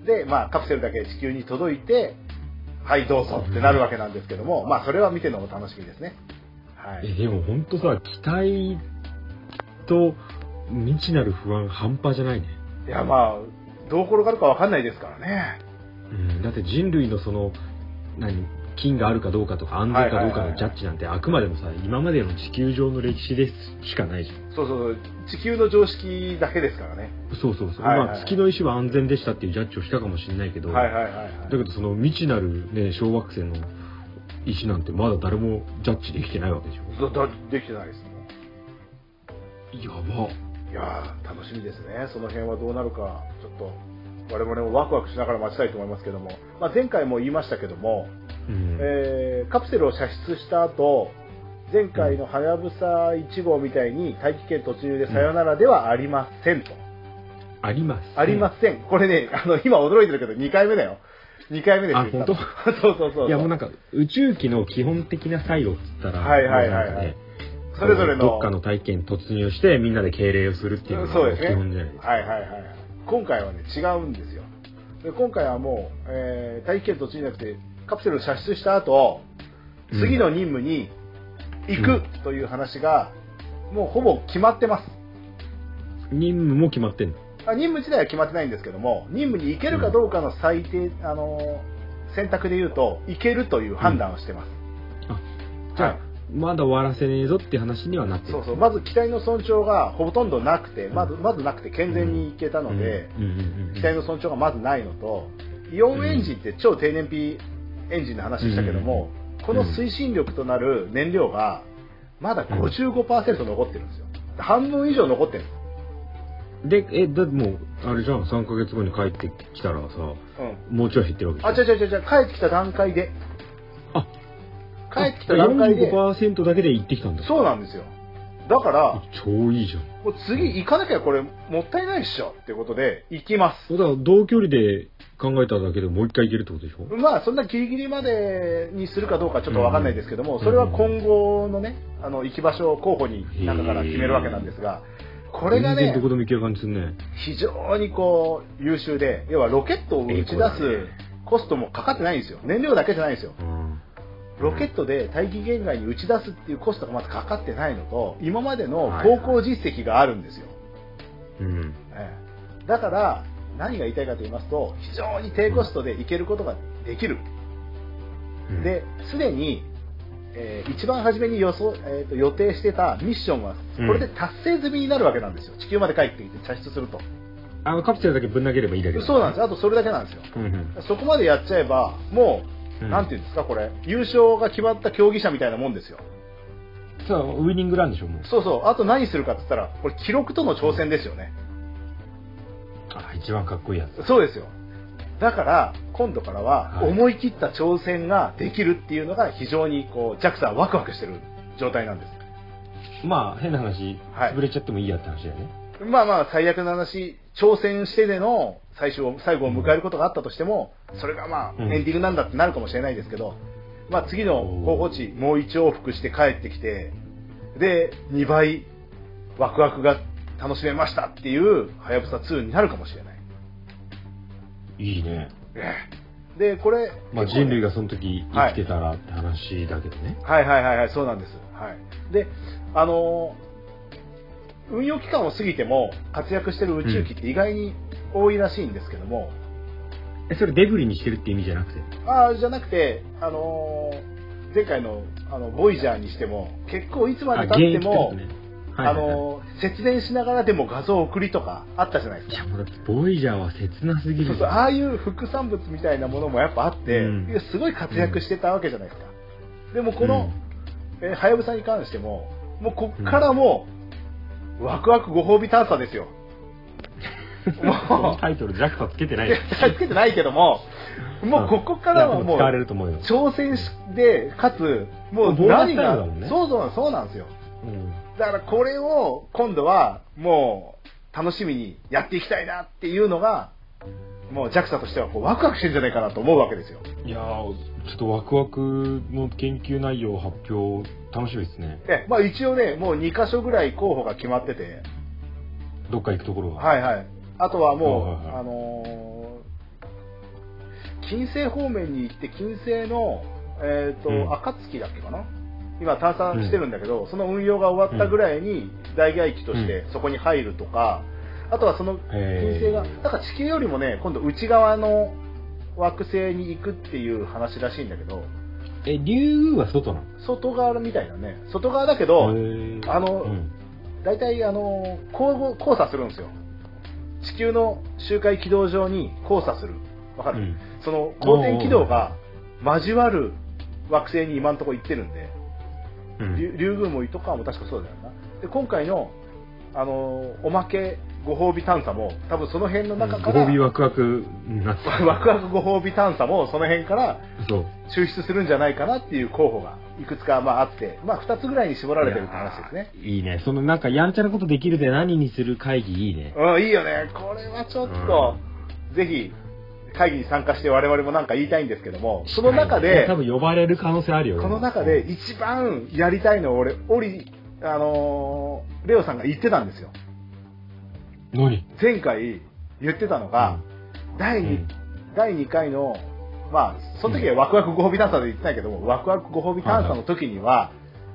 で、まあ、カプセルだけ地球に届いて、はい、どうぞってなるわけなんですけども、うん、まあ、それは見てのお楽しみですね。 はい。え、でも本当さ、期待と未知なる不安半端じゃないね。 いや、まあ、どう転がるかわかんないですからね。 うん。だって人類のその、何菌があるかどうかとか安全かどうかのジャッジなんてあくまでもさ、今までの地球上の歴史でしかないじゃん。 そうそうそう、地球の常識だけですからね。 そうそうそう、はいはいはい、まあ月の石は安全でしたっていうジャッジをしたかもしれないけど、はいはいはいはい、だけどその未知なるね小惑星の石なんてまだ誰もジャッジできてないわけでしょ。 だできてないですね。やば。 いやー楽しみですね。その辺はどうなるかちょっと我々もワクワクしながら待ちたいと思いますけども、まあ、前回も言いましたけども。うん、えー、カプセルを射出した後、前回のはやぶさいち号みたいに大気圏突入でさよならではありませんと。 ありません。 ありません。これね、あの、今驚いてるけどにかいめだよ。にかいめですよ。 あ、本当？ そうそうそう。 いやもうなんか宇宙機の基本的なサイロって言ったら、 はいはいはい、はい。それぞれのどっかの大気圏突入してみんなで敬礼をするっていうのが基本じゃないですか。 はいはいはい。今回はね、違うんですよ。で今回はもう、えー、大気圏突入じゃなくて、カプセルを射出した後、次の任務に行くという話が、もうほぼ決まってます。 任務も決まってんの？ あ、任務自体は決まってないんですけども、任務に行けるかどうかの最低、あのー、選択で言うと、行けるという判断をしてます。 うん、あ、じゃあ、はい、まだ終わらせねえぞっていう話にはなってる。 そうそう。まず機体の損傷がほとんどなくて、まず、まずなくて健全に行けたので、機体の損傷がまずないのと、イオンエンジンって超低燃費エンジンの話したけども、うん、この推進力となる燃料がまだ ごじゅうごパーセント 残ってるんですよ。半分以上残ってるんです。で、え、だってもう、あれじゃん、さんかげつごに帰ってきたらさ、うん、もうちょい減ってるわけじゃん。 あ、違う違う違う、帰ってきた段階で。 あ、 帰ってきた段階で。 よんじゅうごパーセント だけで行ってきたんだ。 そうなんですよ。だから、 超いいじゃん。 もう次行かなきゃこれもったいないっしょっていうことで行きます。 だから同距離で考えただけでもう一回行けるってことでしょ？ まあそんなギリギリまでにするかどうかちょっとわかんないですけども、うん、それは今後のね、あの行き場所を候補に中から決めるわけなんですが、これがね、 全然どこでも行ける感じするね。 非常にこう優秀で、要はロケットを打ち出すコストもかかってないんですよ。燃料だけじゃないんですよ。うん、ロケットで大気圏外に打ち出すっていうコストがまずかかってないのと、今までの航行実績があるんですよ。はいはい、うん、だから何が言いたいかと言いますと、非常に低コストで行けることができる。うん、で、すでに、えー、一番初めに予想、えーと、予定してたミッションは、これで達成済みになるわけなんですよ。地球まで帰ってきて射出すると。 あのカプセルだけぶん投げればいいだけだ、ね、 そうなんです。あとそれだけなんですよ。うんうん、そこまでやっちゃえば、もう、うん、なんていうんですか、これ、優勝が決まった競技者みたいなもんですよ。 そう、ウイニングランでしょ、もう。 そうそう。あと何するかって言ったら、これ記録との挑戦ですよね。 あ、一番かっこいいやつ。 そうですよ。だから今度からは思い切った挑戦ができるっていうのが非常にこう ジャクサ はワクワクしてる状態なんです。 まあ変な話、はい、潰れちゃってもいいやって話だよね。 まあまあ最悪な話、挑戦してでの最初最後を迎えることがあったとしても、それがまあエンディングなんだってなるかもしれないですけど、うん、まあ次の候補地もう一往復して帰ってきて、でにばいワクワクが楽しめましたっていうはやぶさツーになるかもしれない。 いいね。 でこれ、 まあ、人類がその時生きてたらって話だけどね。 はい、はいはいはいはいそうなんです。はい。であの運用期間を過ぎても活躍してる宇宙機って意外に多いらしいんですけども、 うん、えそれデブリにしてるって意味じゃなくて？ ああじゃなくてあの前回のあのボイジャーにしても結構いつまで経ってもあの節電しながらでも画像送りとかあったじゃないですか。 いやもうだってボイジャーは切なすぎる。 そうそうああいう副産物みたいなものもやっぱあって、うん、すごい活躍してたわけじゃないですか。うん、でもこのえはやぶさに関してももうこっからもう、うん、ワクワクご褒美探査ですよ。 もうタイトルジャクサつけてないつけてないけどももうここからはもう使われると思うよ。 挑戦でかつもう何が、ね、そうそうそうなんですよ、うん、だからこれを今度はもう楽しみにやっていきたいなっていうのがもう ジャクサ としてはこうワクワクしてるんじゃないかなと思うわけですよ。 いやーちょっとワクワクの研究内容発表楽しみですね。 え、まあ、一応ねもうにかしょぐらい候補が決まっててどっか行くところがはいはいあとはもう、はいはいはい、あのー、金星方面に行って金星の、えーとうん、暁だっけかな今探査してるんだけど、うん、その運用が終わったぐらいに大外気としてそこに入るとか、うん、あとはその金星がだから地球よりもね今度内側の惑星に行くっていう話らしいんだけどえ竜宮は外なの？ 外側みたいなね外側だけどあの、うん、大体あの交互交差するんですよ。地球の周回軌道上に交差するわかる、うん、その公転軌道が交わる惑星に今のところ行ってるんで、うん、竜宮も糸川も確かそうだよな。で今回のあのおまけご褒美探査も多分その辺の中から、 うん、ご褒美ワクワクワクワクご褒美探査もその辺から抽出するんじゃないかなっていう候補がいくつかまああって、まあ、ふたつぐらいに絞られてるって話ですね。 いいね。そのなんかやんちゃなことできるで何にする会議いいね。 うんいいよね。これはちょっと、うん、ぜひ会議に参加して我々もなんか言いたいんですけどもその中で多分呼ばれる可能性あるよね。 この中で一番やりたいのを俺オリあのー、レオさんが言ってたんですよ。 何？ 前回言ってたのが、うん、だいに、うん、だいにかいのまあその時はワクワクご褒美探査で言ってないけども、うん、ワクワクご褒美探査の時には、はい、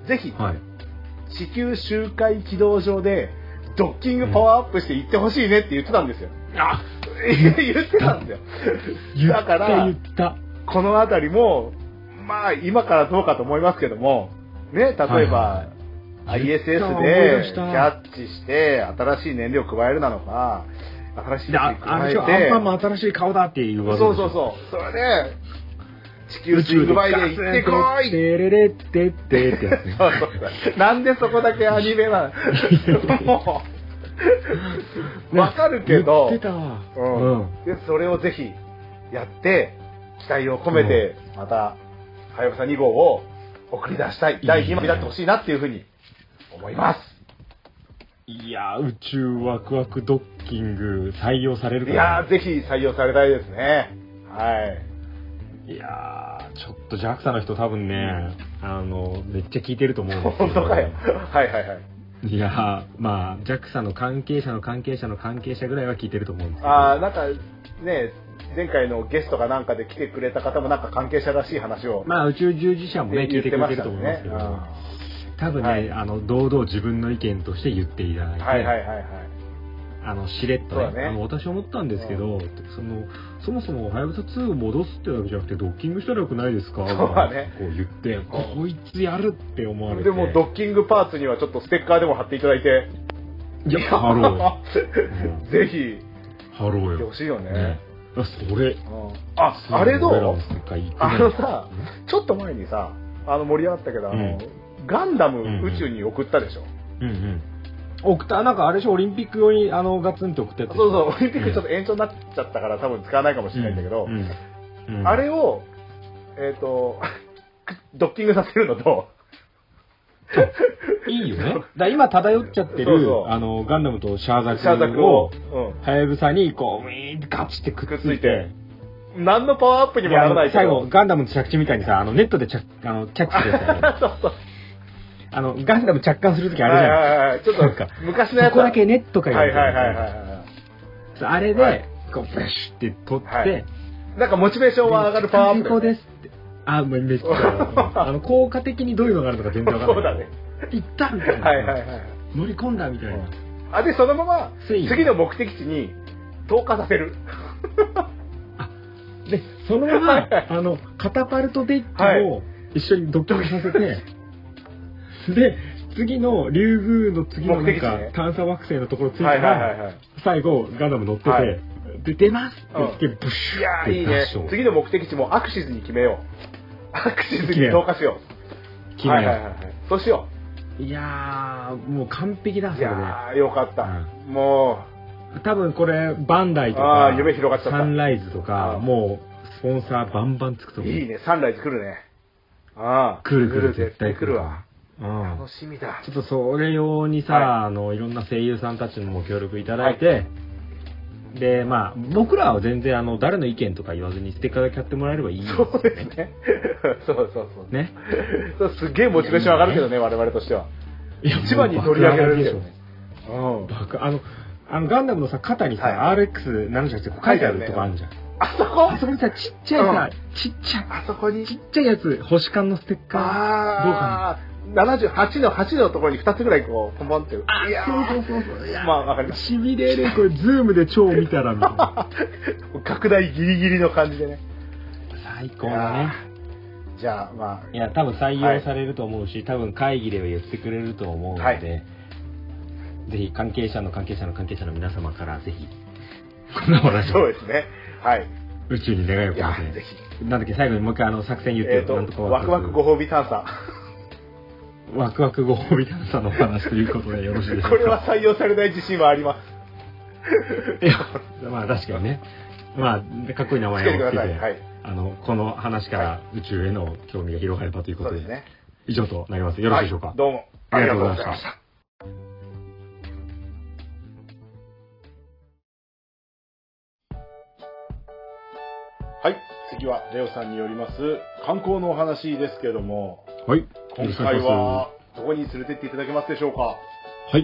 ぜひ、はい、地球周回軌道上でドッキングパワーアップしていってほしいねって言ってたんですよ。 あ言ってたんですよ。だから言ったこのあたりもまあ今からどうかと思いますけどもね例えば、はいはいアイエスエス でキャッチして新しい燃料を加えるなのか新しいやつに加えてアンパンマン新しい顔だっていう技そうそうそうそれで地球スイングバイで行ってこいテレレッテッテってやつねそうそうそうなんでそこだけアニメなのもうわかるけど言ってたわ、 うんうん、でそれをぜひやって期待を込めてまたはやぶさに号を送り出したいだいにわになってほしいなっていうふうに思います。 いや宇宙ワクワクドッキング採用されるかな。 いやぜひ採用されたいですね。はい。いやちょっと ジャクサ の人多分ね、うん、あのめっちゃ聞いてると思うんですけど。本当かよ。はいはいはい。 いやまあ ジャクサ の関係者の関係者の関係者ぐらいは聞いてると思うんですけど。 ああなんかね前回のゲストかなんかで来てくれた方もなんか関係者らしい話をまあ宇宙従事者もね聞いてくれてると思いますけど。多分ね、はい、あの堂々自分の意見として言っていただいて、 はいはいはいはい、 あのしれっと ね, ねあの私思ったんですけど、うん、そのそもそもはやぶさツーを戻すってわけじゃなくてドッキングしたらよくないですかそうだ、ね、 こう言ってこいつやるって思われてでもドッキングパーツにはちょっとステッカーでも貼っていただいていや貼ろう、 うん、ぜひ貼ろうよやってほしいよね、ねそれ、うん、 ああれどうあのさちょっと前にさあの盛り上がったけどあの、うんガンダム宇宙に送ったでしょ、 うんうん、送ったなんかあれでしょオリンピック用にあのガツンと送ったやつそうそうオリンピックちょっと延長になっちゃったから多分使わないかもしれないんだけど、うんうんうん、あれをえっ、ー、とドッキングさせるのといいよねだ今漂っちゃってるそうそうあのガンダムとシャーザクをはやぶさにこうウィーンってガチってくっついて何のパワーアップにもならないけど最後ガンダムの着地みたいにさあのネットで着あのキャッチするやつ、ね、そうそうあのガンダム着艦するときあるじゃん、はいはいはい、 ちょっと昔のやつそこだけネットかよ、 はいはいはいはい、 あれで、はい、こうブッシュって取って、はい、 なんかモチベーションは上がるパワーアップ成功ですってあもうめっちゃあの効果的にどういうのがあるのか全然わかんないそうだね行ったみたいな、はいはいはい、乗り込んだみたいなあでそのまま次の目的地に投下させるでそのままあのカタパルトデッキを一緒にドッキングさせて、はい、で次の竜宮の次のなんか、ね、探査惑星のところ着いたら、はいはいはいはい、最後ガンダム乗ってて、はい、で出ますって言ってブシュッていやいいね次の目的地もアクシズに決めようアクシズに投下しよう決めよう、はいはいはいはい、 そうしよう。いやー、もう完璧だ、 う。 それで。 いやー、よかった。うん、もう、多分これ、バンダイとか、 あ夢広がっちゃった。 サンライズとか、もう、スポンサーバンバンつくと思う。 いいね、サンライズ来るね。ああ、 来る来る、 絶対来るわ。 うん、 楽しみだ。 ちょっとそれ用にさ、はい、あの、いろんな声優さんたちにも協力いただいて、はい、で、まあ、僕らは全然、あの、誰の意見とか言わずにステッカーだけ買ってもらえればいいんですよね。 そうですね。そうそうそう。 ね。 そうすっげえモチベーション上がるけどね、我々としては。一番に取り上げられるでしょうね。 うん。バカ、あの、あの、ガンダムのさ、肩にさ、はい、アールエックスななじゅうはち って書いてあるとこあるじゃん。 あそこあそこにさ、ちっちゃいさ、うん、ちっちゃい。 あそこにちっちゃいやつ、星間のステッカー。 ああ。どうかな。ななじゅうはちのはちのところにふたつぐらいこう、ポンポンって。 あ、いやそうそうそうそう。いやまあ、わかります。 しびれる、これ、ズームで超見たらみたいな。 拡大ギリギリの感じでね。 最高だね。 じゃあ、まあ。 いや、多分採用されると思うし、はい、多分会議では言ってくれると思うので、はい、ぜひ関係者の関係者の関係者の皆様からぜひ、こんな話そうですね。はい。 宇宙に願いを込めて。ぜひ。なんだっけ、最後にもう一回あの作戦言ってよ。 えーと、なんとかワクワクご褒美探査。 ワクワクご褒美探査の話ということでよろしいでしょうか。 これは採用されない自信はあります。 いや、まあ確かにね。まあ、かっこいい名前をつけて、はい、あの、この話から宇宙への興味が広がればということで、はい、そうですね、以上となります。よろしいでしょうか。はい、 どうもありがとうございました。はい、次はレオさんによります観光のお話ですけれども、 はい、 今回はどこに連れてっていただけますでしょうか。 はい、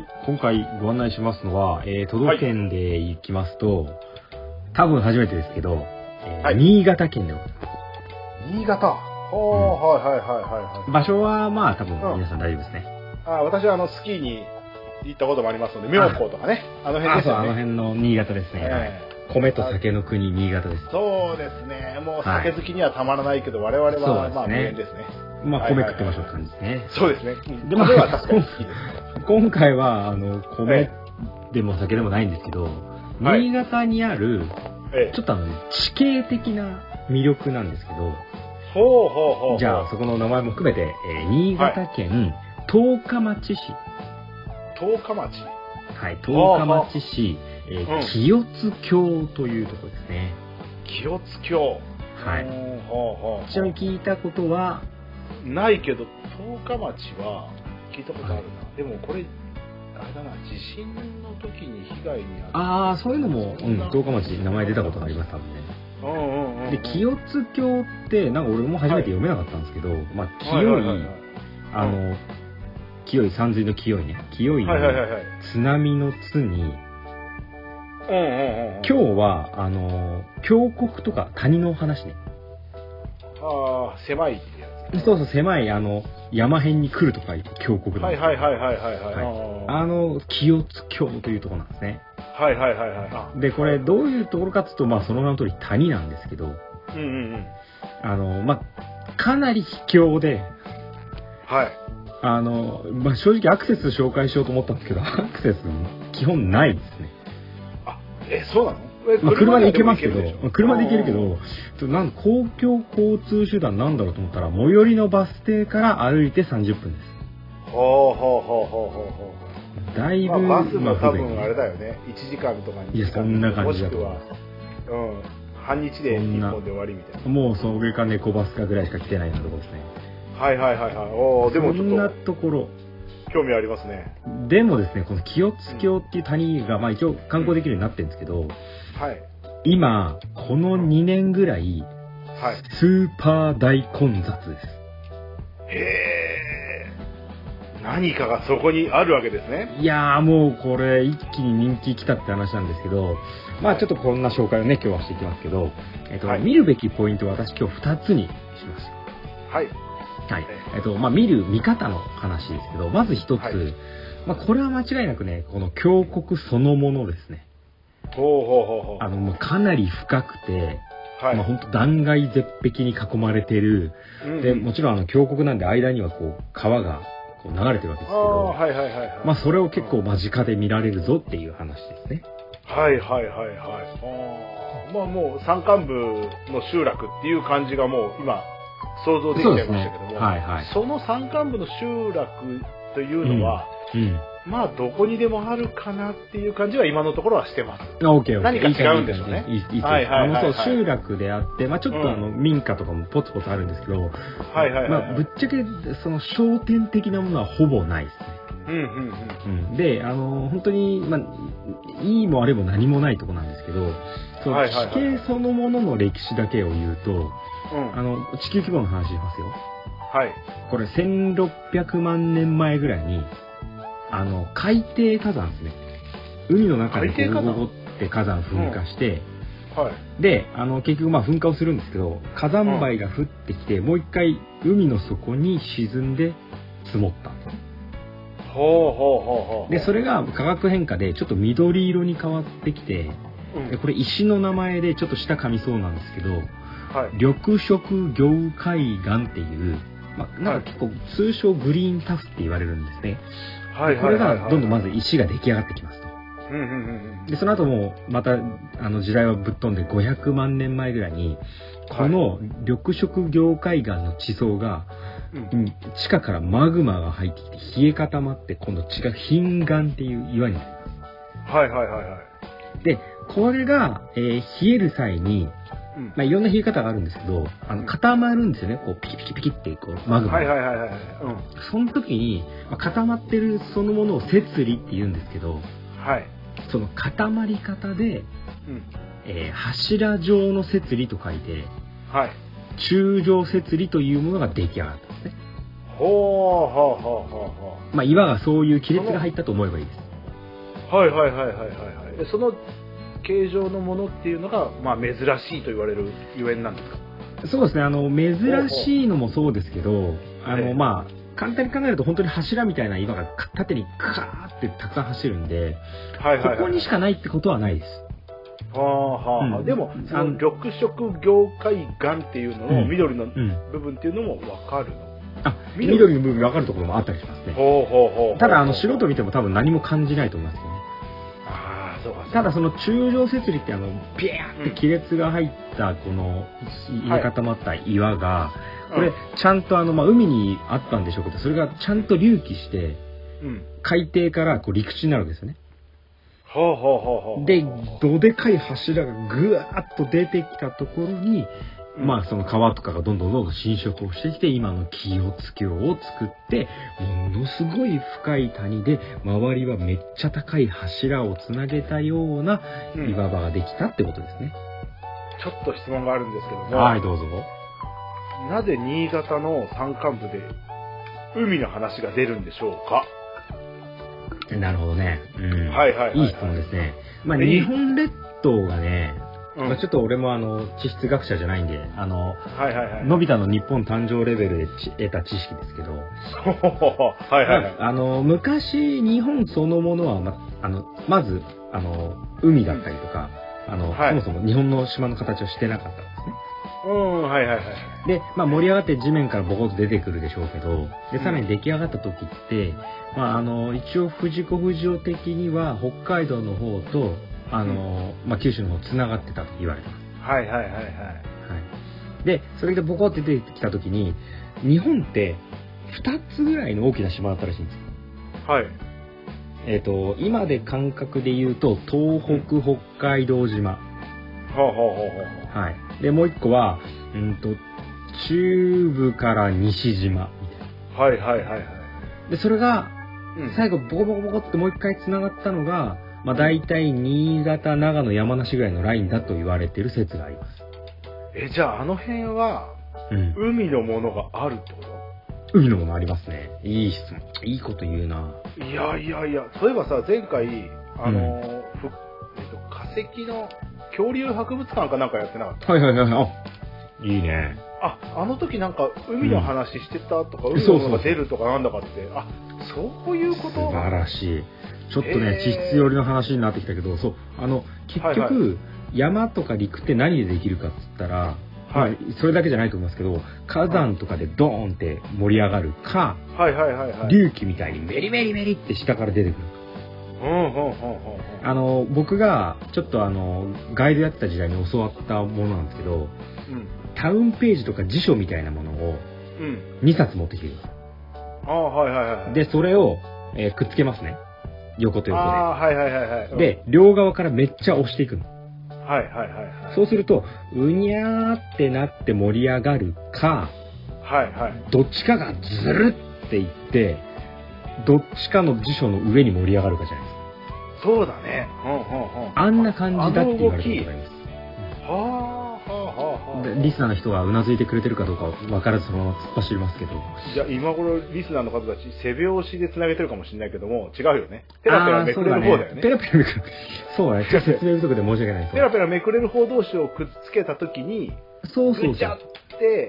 今回ご案内しますのは、えー、都道府県で行きますと、はい、多分初めてですけど、えーはい、新潟県でございます。 新潟、ほう、うん、はいはいはいはい。 場所はまあ多分皆さん大丈夫ですね。 うん、あ、私はあのスキーに行ったこともありますので、妙高とかね、あの辺ですよね。 あ、そう、あの辺の新潟ですね。えー米と酒の国新潟です。 そうですね。もう酒好きにはたまらないけど、はい、我々はまあ無縁ですね。 まあ米食ってましょうって感じですね。 そうですね。 でも、まあ、確かに好きです。今回はあの米でも酒でもないんですけど、はい、新潟にある、ええ、ちょっとあの地形的な魅力なんですけど、 ほうほうほう。 じゃあそこの名前も含めて、えー、新潟県十日町市。 十日町。 はい、十日町市。えーうん、清津峡というところですね。 清津峡。 はい。ちなみに聞いたことはないけど、十日町は聞いたことあるな。はい、でもこれあれだな、地震の時に被害に遭う。 ああ、そういうのも、うん、十日町名前出たことがあります多分ね。 うんうんうんうん、 で、清津峡ってなんか俺も初めて読めなかったんですけど、はい、まあ清い、はいはいはいはい、あの、うん、清い山水の清いね、清いの、はいはいはいはい、津波の津に。 うんうんうんうん、 今日はあの峡谷とか谷の話ね。 ああ、狭いってやつ。 そうそう、狭いあの山辺に来るとかいう峡谷なんです。はいはいはいはいはい、はい、 あの清津峡というところなんですね。 はいはいはいはい。 でこれどういうところかというと、まあその名の通り谷なんですけど、 うんうんうん、 あのまあかなり秘境で、 はい。 あのまあ正直アクセス紹介しようと思ったんですけど、アクセス基本ないですね。 え、そうなの？ まあ、車で行けますけど、車で行けるけど、なん公共交通手段なんだろうと思ったら、最寄りのバス停から歩いてさんじゅっぷんです。 ほうほうほうほうほうほう。だいぶ、 まあ、バスも多分あれだよね。いちじかんとかにじかん。 いや、そんな感じだと。 もしくは、うん、半日でいっぽんで終わりみたいな。 もうそれか猫バスかぐらいしか来てないようなところですね。 はいはいはいはい。おー、でもちょっと。そんなところ。 興味ありますね。 でもですね、この清津峡っていう谷が、まあ一応観光できるようになってるんですけど、 はい、 今、このにねんぐらい、 はい、 スーパー大混雑です。 へー。何かがそこにあるわけですね。 いやーもうこれ一気に人気来たって話なんですけど、まあちょっとこんな紹介をね、今日はしていきますけど、えっと、はい、見るべきポイントを私今日ふたつにします。 はい。 はい。えっと、まあ、見る見方の話ですけど、まず一つ、はい、まあ、これは間違いなくね、この峡谷そのものですね。 ほうほうほうほう。 あの、もうかなり深くて、 はい、 まあ、ほんと断崖絶壁に囲まれてる、うんうん、で、もちろんあの、峡谷なんで間にはこう、川がこう流れてるわけですけど、 はいはいはいはい、 まあ、それを結構間近で見られるぞっていう話ですね。 はいはいはいはい。あまあもう山間部の集落っていう感じがもう今、 想像できちゃいましたけども、 そ, ねはいはい、 その山間部の集落というのは、うんうんまあどこにでもあるかなっていう感じは今のところはしてます。 あ、オッケーオッケー。 何か違うんでしょうね。 いいいいいいはいはいはいはい、あのそう集落であって、まあちょっとあの、うん、民家とかもポツポツあるんですけど、 はいはいはい、はい、 まあぶっちゃけその商店的なものはほぼないですね。 うんうんうんうん、で、あの本当にまあいいもあれも何もないとこなんですけど、その地形そのものの歴史だけを言うと、うん、あの地球規模の話しますよ。 はい。 これせんろっぴゃくまんねんまえぐらいに。あの海底火山ですね。海の中でゴゴゴって火山噴火して、 うんはい、 であの結局まあ噴火をするんですけど、火山灰が降ってきて、うん、もう一回海の底に沈んで積もったんですね。 ほうほうほうほう。 でそれが化学変化でちょっと緑色に変わってきて、うん、でこれ石の名前でちょっと舌噛みそうなんですけど、はい、緑色凝灰岩っていう、まあ、なんか結構通称グリーンタフって言われるんですね。はいはいはいはい、これがどんどんまず石が出来上がってきますと。 うんうんうん、 でその後もまたあの時代はぶっ飛んでごひゃくまんねんまえぐらいにこの緑色凝灰岩の地層が、うん、地下からマグマが入ってきて冷え固まって今度地下貧岩っていう岩になります。 はいはいはいはい。 でこれが、えー、冷える際にまあ、いろんな冷え方があるんですけど、あの固まるんですよね。こうピキピキピキってこうマグマ。 はいはいはいはい。うん。 その時に、まあ、固まってるそのものを節理って言うんですけど、 はい。 その固まり方で、うんえー、柱状の節理と書いて、 はい。 柱状節理というものが出来上がったんですね。 ほうほうほうほうほう。 まあ岩がそういう亀裂が入ったと思えばいいです。 はいはいはいはいはいはい。でその形状のものっていうのが、まあ、珍しいと言われるゆえんなんですか？ そうですね。あの珍しいのもそうですけど、あの、まあ簡単に考えると本当に柱みたいな岩が縦にカーってたくさん走るんで、はいはいはい、ここにしかないってことはないです。 はあはあ、うん、でもその緑色凝灰岩っていうのの緑の部分っていうのも分かるの？ うん、あ、緑の部分分かるところもあったりしますね。 ほうほうほうほう。 ただあの素人見ても多分何も感じないと思いますよね。ただその柱状節理ってあのビャーって亀裂が入ったこの入れ固まった岩が、はい、これちゃんとあの、まあ、海にあったんでしょうけど、それがちゃんと隆起して、うん、海底からこう陸地になるんですよね。 ほうほうほうほう。 でどでかい柱がぐわーっと出てきたところに、うん、まあその川とかがどんどんどんどん侵食をしてきて今の清津峡を作ってものすごい深い谷で周りはめっちゃ高い柱をつなげたような岩場ができたってことですね。 うん、ちょっと質問があるんですけども、 はいどうぞ。 なぜ新潟の山間部で海の話が出るんでしょうか？ なるほどね。うん、 はいはいはい、はい、 いい質問ですね。まあ日本列島がね。うんまあ、ちょっと俺もあの地質学者じゃないんであの、はいはいはい、のび太の日本誕生レベルで得た知識ですけどはいはい、はい、 あの昔日本そのものは ま, あのまずあの海だったりとか、うんあのはい、そもそも日本の島の形をしてなかったんですね。 うんはいはいはい。 で、まあ、盛り上がって地面からボコッと出てくるでしょうけどでさらに出来上がった時って、まあ、あの一応藤子不二雄的には北海道の方とあのまあ、九州の方つながってたと言われてます。 はいはいはいはい。はい、 でそれでボコって出てきた時に日本ってふたつぐらいの大きな島だったらしいんですよ。 はい。 えっ、ー、と今で感覚で言うと東北、うん、北海道島。はあ、はあはあ、 はい。でもう一個はうんと中部から西島みたいな。はいはいはいはい。 でそれが、うん、最後ボコボコボコってもう一回つながったのが。まあ、大体新潟、長野、山梨ぐらいのラインだと言われている説があります。 え、じゃああの辺は、うん、海のものがあるってこと？ 海のものありますね。いい質問。いいこと言うな。 いやいやいや、そういえばさ、前回、あの、うんえっと、化石の恐竜博物館かなんかやってなかった？ はいはいはい。あ、いいね。 あ、あの時なんか海の話してたとか、うん、海のものが出るとかなんだかって、あ、そういうこと？ 素晴らしい。ちょっとね、地質寄りの話になってきたけど、そう、あの、結局、はいはい、山とか陸って何でできるかっつったら、はい、まあ、それだけじゃないと思いますけど、火山とかでドーンって盛り上がるか、 はいはいはいはい、 隆起みたいにメリメリメリって下から出てくる。 うんうんうんうん、 あの、僕がちょっとあの、ガイドやってた時代に教わったものなんですけど、うん、 タウンページとか辞書みたいなものをにさつ持ってきてください。 ああ、はいはいはい。 で、それを、えーくっつけますね。横と横で。 ああ、はいはいはいはい。うん、 で、両側からめっちゃ押していくの。 はいはいはいはい。 そうすると、うにゃーってなって盛り上がるか、 はいはい。 どっちかがずるっていって、どっちかの辞書の上に盛り上がるかじゃないですか。 そうだね。うんうんうん。 あんな感じだって言われたことがあります。 はあはあはあはあ。 リスナーの人がうなずいてくれてるかどうか分からずそのまま突っ走りますけど。 じゃあ今頃リスナーの方たち背拍子で繋げてるかもしれないけども、違うよね。ペラペラめくれる方だよね。 ペラペラめくれる。そうだね。ちょっと説明不足で申し訳ないです。 ペラペラめくれる方同士をくっつけたときに、 そうそうそう。 ぐちゃって、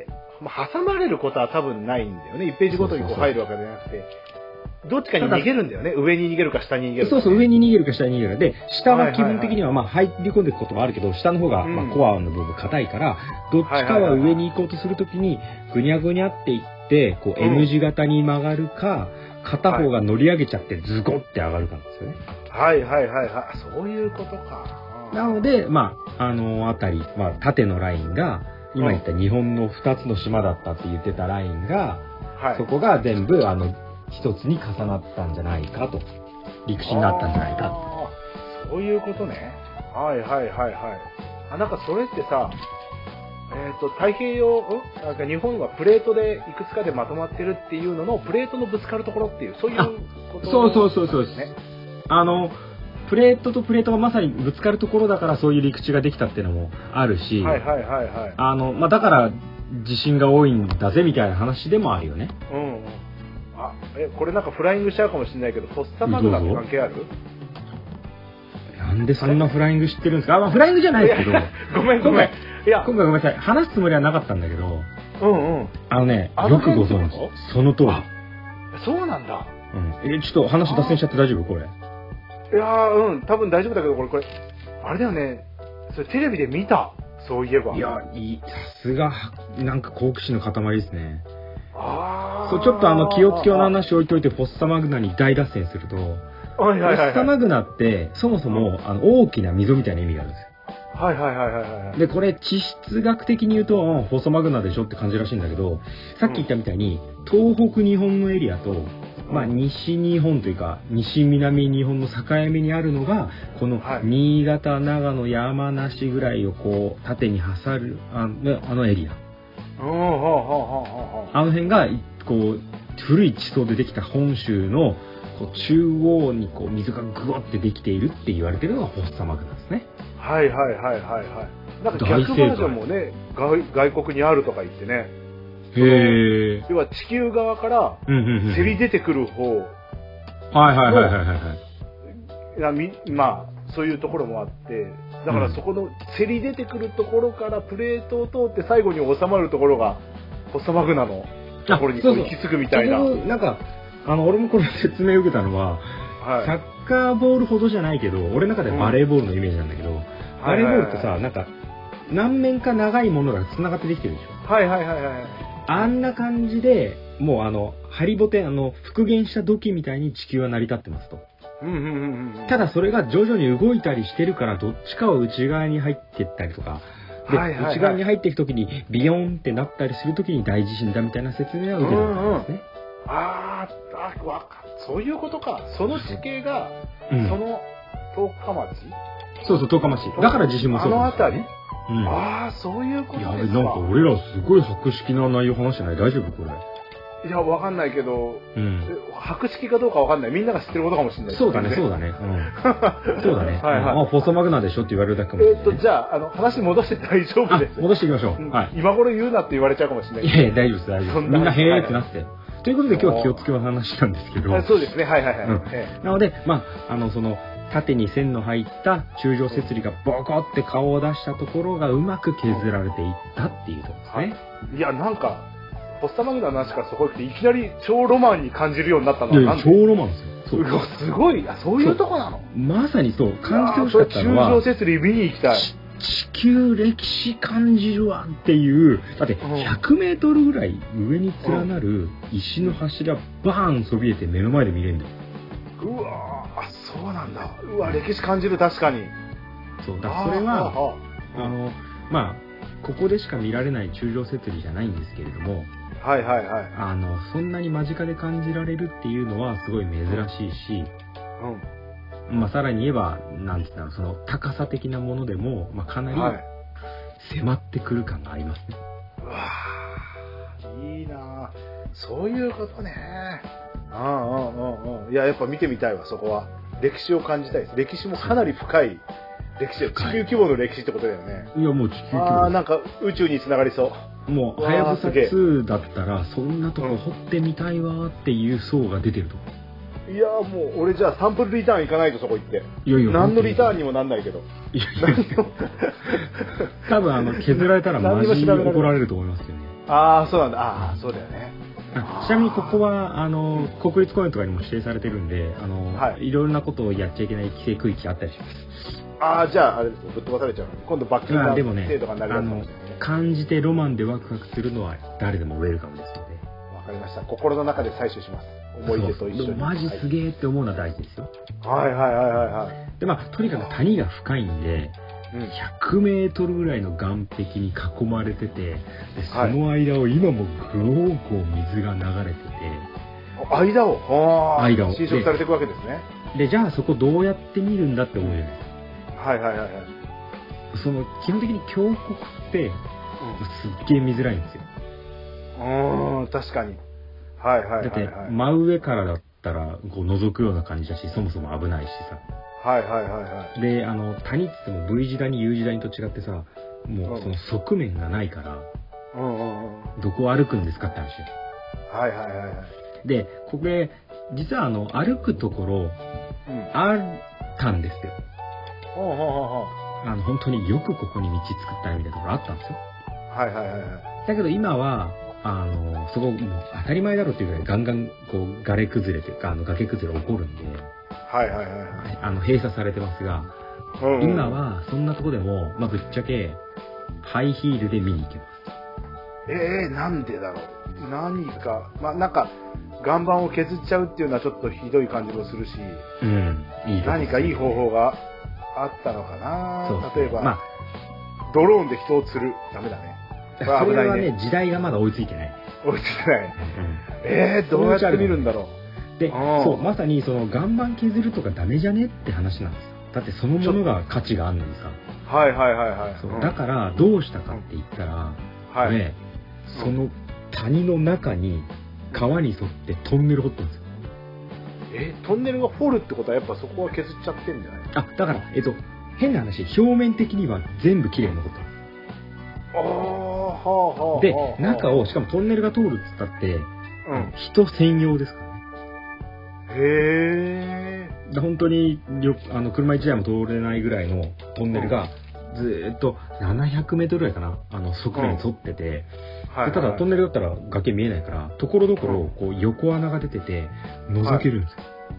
まあ、挟まれることは多分ないんだよね。いちページごとにこう入るわけじゃなくて。どっちかに逃げるんだよね。上に逃げるか下に逃げるか、ね。 そうそう、上に逃げるか下に逃げるか。で、下は基本的にはまあ入り込んでいくこともあるけど、下の方がまあコアの部分硬いから、どっちかは上に行こうとするときに、ぐにゃぐにゃっていって、こう M 字型に曲がるか、片方が乗り上げちゃってズゴって上がるかなんですよね。 はいはいはいはい。そういうことか。 なので、まあ、あのあたり、まあ、縦のラインが、今言った日本のふたつの島だったって言ってたラインが、はい、そこが全部、あの、一つに重なったんじゃないかと。陸地になったんじゃないかと。そういうことね。はいはいはいはい。あ、なんかそれってさ、えっ、ー、と、太平洋、んなんか日本はプレートでいくつかでまとまってるっていうのの、プレートのぶつかるところっていう、そういうこと、ね、 そうそうそうそうですね。あの、プレートとプレートがまさにぶつかるところだからそういう陸地ができたっていうのもあるし、 はいはいはいはい。 あの、まあ、だから地震が多いんだぜみたいな話でもあるよね。 うん。あ、え、これなんかフライングしちゃうかもしれないけど、フォッサマグナって関係ある？ なんでそんなフライング知ってるんですか？あ、まあ、フライングじゃないですけど。 ごめんごめん。いや、 今回ごめんなさい。話すつもりはなかったんだけど。 うんうん。 あのね、よくご存知。その通り。 そうなんだ。 うん。え、ちょっと話脱線しちゃって大丈夫これ。 いやー、うん、多分大丈夫だけど、これ、これ、あれだよね。それテレビで見た。そういえば。 いや、いい、さすが、なんか好奇心の塊ですね。 ああ。 そう、ちょっとあの、気をつけの話置いといて、フォッサマグナに大脱線すると、 はいはいはい、はい。 フォッサマグナって、そもそも、あの、大きな溝みたいな意味があるんですよ。 はいはいはいはいはい。 で、これ、地質学的に言うと、フォッサマグナでしょって感じらしいんだけど、さっき言ったみたいに、東北日本のエリアと、まあ、西日本というか、西南日本の境目にあるのが、この新潟、長野、山梨ぐらいをこう、縦に挟る、あの、あのエリア。あの辺が、こう、古い地層でできた本州の、こう中央にこう水がグワってできているって言われてるのがフォッサマグナですね。 はいはいはいはいはい。なんか逆バージョンもね、外, 外国にあるとか言ってね。 へー。 要は地球側からせり出てくる方。はいはいはいはいはいはい。まあそういうところもあって、だからそこのせり出てくるところからプレートを通って最後に収まるところがフォッサマグナのところにこう行き着くみたいな。 そうそう、なんかあの俺もこれ説明を受けたのは、はい、サッカーボールほどじゃないけど、俺の中でバレーボールのイメージなんだけど、うん、バレーボールってさ、なんか何面か長いものが繋がってできてるでしょ。 はいはいはいはい。 あんな感じで、もうあのハリボテ、あの復元した土器みたいに地球は成り立ってますと。 うんうんうんうん、 ただそれが徐々に動いたりしてるから、どっちかは内側に入っていったりとか。で、はいはいはい、内側に入っていくときにビヨーンってなったりするときに大地震だみたいな説明は受けたんですね。うんうん、 ああ、わかそういうことか。その地形が、うん、その十日町、 そうそう、十日町。だから地震もそうなんです、ね。あの辺り、 うん、 ああ、そういうことですか。 いや、なんか俺らすごい博識な内容話してない？大丈夫これ？ いや、わかんないけど、 うん、 博識かどうかわかんない。みんなが知ってることかもしれない。 そうだね、そうだね。うん、そうだね。はいはい。まあ、フォッサマグナでしょって言われるだけかもしれない、ね。 えっと、じゃあ、あの、話戻して大丈夫です。 戻していきましょう。はい。 今頃言うなって言われちゃうかもしれない。 いやいや、大丈夫です、大丈夫です。みんなへーってなって。ということで今日は気をつけの話なんですけど。 そうですね、はいはいはい。うんええ、なので、まあ、あの、その、縦に線の入った柱状節理がボコって顔を出したところがうまく削られていったっていうところですね。 いや、なんか、フォッサマグナの話からそこ行っていきなり超ロマンに感じるようになったのはなんで？ 超ロマンですよ。 そう。すごい、あ、そういうとこなの？ まさにそう、感じてほしかったのは、 柱状節理見に行きたい。 地球歴史感じるわっていう、だってひゃくメートルぐらい上に連なる石の柱バーンそびえて目の前で見れるんだよ。 うわー、あ、そうなんだ。うわ、歴史感じる、確かに。 そうだ、それは、あの、まあ、 ここでしか見られない柱状節理じゃないんですけれども、 はいはいはい。 あのそんなに間近で感じられるっていうのはすごい珍しいし、うん、まあさらに言えばなんて言ったらその高さ的なものでも、まあ、かなり迫ってくる感がありますね。 うわー、いいな。そういうことね。ああああああ。いややっぱ見てみたいわ、そこは。歴史を感じたいです。歴史もかなり深い歴史、地球規模の歴史ってことだよね。 いやもう地球規模。 ああ、なんか宇宙に繋がりそう。 もうはやぶさツーだったらそんなとこ掘ってみたいわっていう層が出てると。 いやもう俺じゃあサンプルリターン行かないとそこ行って。 いやいや何のリターンにもなんないけど。 いやいや多分あの削られたらマジで怒られると思いますけどね。 ああそうなんだ。ああそうだよね。 ちなみにここはあの国立公園とかにも指定されてるんで、あの、はい、いろんなことをやっちゃいけない規制区域あったりします。 ああじゃああれですよ、ぶっ飛ばされちゃうのに今度罰金が制度がなるやつかもしれないね。 感じてロマンでワクワクするのは誰でもウェルカムですので。 わかりました。心の中で採取します。思い出と一緒に。 マジすげえって思うのは大事ですよ。 はいはいはいはいはい。 でまあとにかく谷が深いんで、うん、ひゃくメートルぐらいの岸壁に囲まれてて、でその間を今もぐおーごお水が流れてて、 はい、間を間を侵食されていくわけですね。 でじゃあそこどうやって見るんだって思うじゃないですか。はいはいはいはい。 その基本的に峡谷って、うん、すっげえ見づらいんですよ。 うん確かに。はいはいはい、はい。 だって真上からだったらこう覗くような感じだし、そもそも危ないしさ。 はいはいはいはい。 で、あの、谷って言っても V 字谷、U 字谷と違ってさ、もうその側面がないから、うんうんうん、どこを歩くんですかって話よ。 はいはいはいはい。 で、これ、実はあの、歩くところ、うん、あったんですよ。 ほうほうほうほう。 あの、本当によくここに道作ったみたいなところあったんですよ。 はいはいはいはい。 だけど今は、あの、そこもう当たり前だろうっていうぐらいガンガンこう、がれ崩れというか、あの、崖崩れ起こるんで、 はいはいはいはい。 あの、閉鎖されてますが、うんうん、今はそんなとこでも、まあ、ぶっちゃけ、ハイヒールで見に行けます。 えー、なんでだろう。何か、まあ、なんか、岩盤を削っちゃうっていうのはちょっとひどい感じもするし、 うん、いい何かいい方法があったのかな。例えば、まあ、ドローンで人を釣る。ダメだね。 それはね、危ないね、時代がまだ追いついてない。 追いついてない。うん、えー、どうやって見るんだろう。 で、そう、まさにその岩盤削るとかダメじゃねって話なんですよ。だってそのものが価値があるのにさ。 はいはいはいはい。 そう、うん、だからどうしたかって言ったら、うん、ね、はい、その谷の中に川に沿ってトンネル掘ったんですよ。 え、トンネルが掘るってことはやっぱそこは削っちゃってんじゃない？ あ、だからえっと変な話、表面的には全部綺麗に残った。 ああ、はあはあ。 で、中をしかもトンネルが通るっつったって、うん、人専用ですからね。 へえ。 本当によあの車一台も通れないぐらいのトンネルがずーっとななひゃくメートルぐらいかな、あの側面に沿ってて、うんはいはい、ただトンネルだったら崖見えないからところどころこう横穴が出てて覗けるんですよ。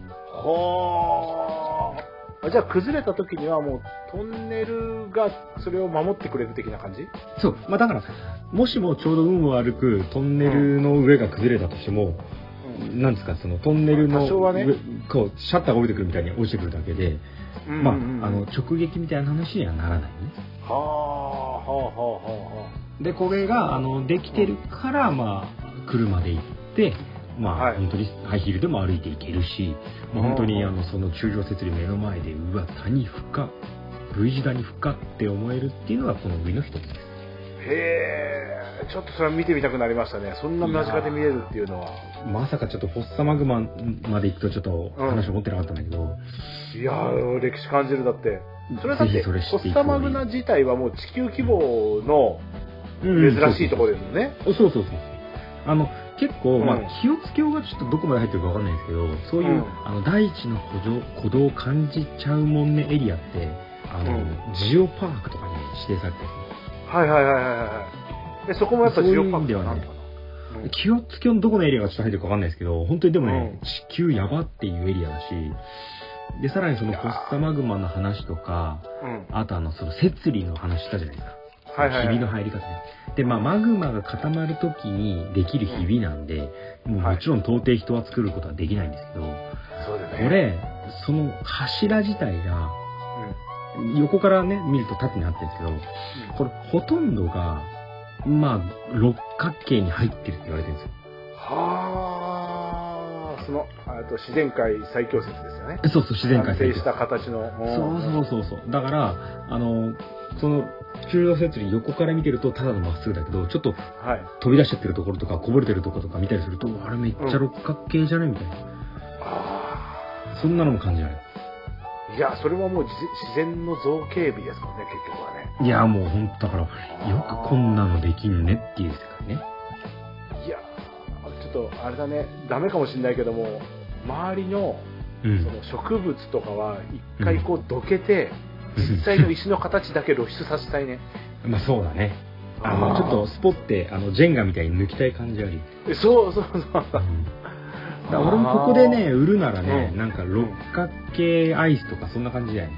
はあ。じゃあ崩れた時にはもうトンネルがそれを守ってくれる的な感じ？ そう、まあだからもしもちょうど運を悪くトンネルの上が崩れたとしても、うん、なんですか、そのトンネルの上、ね、こうシャッターが降りてくるみたいに落ちてくるだけで、うんうんうん、まああの直撃みたいな話にはならないね。 はあはあはあはあ。でこれがあのできてるからまあ車で行って。まあ、はい、本当にハイヒールでも歩いていけるし、まあ、本当にあのその柱状節理目の前でうわ谷深 V 字谷深って思えるっていうのがこの上の一つです。 へえ、ちょっとそれ見てみたくなりましたね。そんな間近で見れるっていうのは。 まさかちょっとフォッサマグマまで行くとちょっと話を持ってなかったんだけど、 うん、いやー歴史感じる。だってそれだってフォッサマグナ自体はもう地球規模の珍しいところですよね。 そうそうそうそう。あの結構、うん、まあ、清津峡がちょっとどこまで入ってるかわかんないんですけど、そういう、うん、あの大地の鼓動を感じちゃうもんねエリアってあの、うん、ジオパークとかに指定されてるんですね。 はいはいはいはいはい。でそこもやっぱジオパークではないのかな。 うん、清津峡のどこのエリアがちょっと入ってるかわかんないですけど、本当にでもね、うん、地球やばっていうエリアだし、でさらにそのフォッサマグマの話とか、あとあのその摂理の話したじゃないですか。はいはいはい、ひびの入り方で。で、まあ、マグマが固まるときにできるひびなんで、もうもちろん到底人は作ることはできないんですけど、 そうですね、 これ、その柱自体が、 横からね、見ると縦になってるんですけど、うん、これほとんどが、まあ、六角形に入ってるって言われてるんですよ。 はあ、その、あと自然界最強説ですよね。 そうそう、自然界最強説。 安定した形の。 そうそうそうそう。だから、あの、その、中央節理横から見てるとただのまっすぐだけど、ちょっと飛び出しちゃってるところとかこぼれてるところとか見たりすると、あれめっちゃ六角形じゃねみたいな。ああ。そんなのも感じられる。 いや、それはもう自然の造形美ですもんね、結局はね。 いや、もうほんとだから、よくこんなのできんねっていう世界ね。 いや、ちょっとあれだね、ダメかもしれないけども、周りの、うん、その植物とかは一回こうどけて、うん、実際の石の形だけ露出させたいね。 まあそうだね。あのちょっとスポってあのジェンガみたいに抜きたい感じあり。 そうそうそう。うんだ俺もここでね売るならね、うん、なんか六角形アイスとかそんな感じじゃない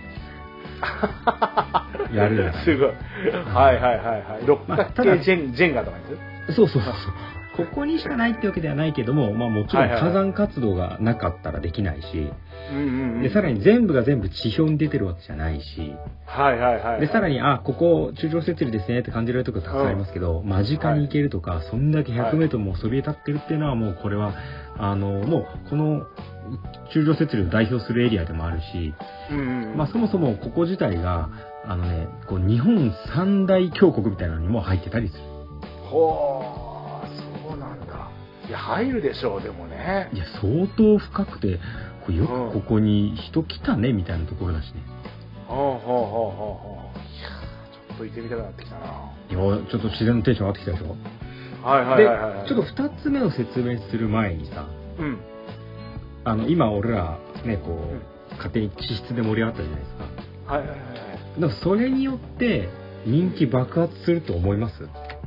やるなら、ね、 すごい、はいはいはいはい六角形ジェン、ジェンガとかです。 そうそうそうそうここにしかないってわけではないけども、まあもちろん火山活動がなかったらできないし、でさらに全部が全部地表に出てるわけじゃないし、 はいはいはい、はい、 でさらにあここ中上節理ですねって感じられるところたくさんありますけど、うん、間近に行けるとか、はい、そんだけひゃくメートルもそびえ立ってるっていうのはもうこれはあのもうこの中上節理を代表するエリアでもあるし、うんうんうん、まあそもそもここ自体があのねこう日本三大峡谷みたいなのにも入ってたりする。 ほー。いや入るでしょうでもね。 いや相当深くてこよくここに人来たねみたいなところだしね。 ほうほうほうほうほう。いやちょっと行ってみたくなってきたな。 いやちょっと自然のテンション上がってきたでしょ。 はいはいはいはい、はい、 でちょっとふたつめを説明する前にさ、うん、あの今俺らねこう、うん、勝手に地質で盛り上がったじゃないですか。はいはいはい。でもそれによって人気爆発すると思います？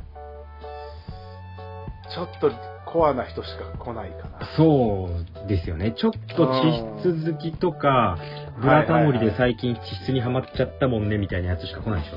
ちょっとコアな人しか来ないかな。 そうですよね。ちょっと地質好きとか、ブラタモリで最近地質にはまっちゃったもんねみたいなやつしか来ないでしょ。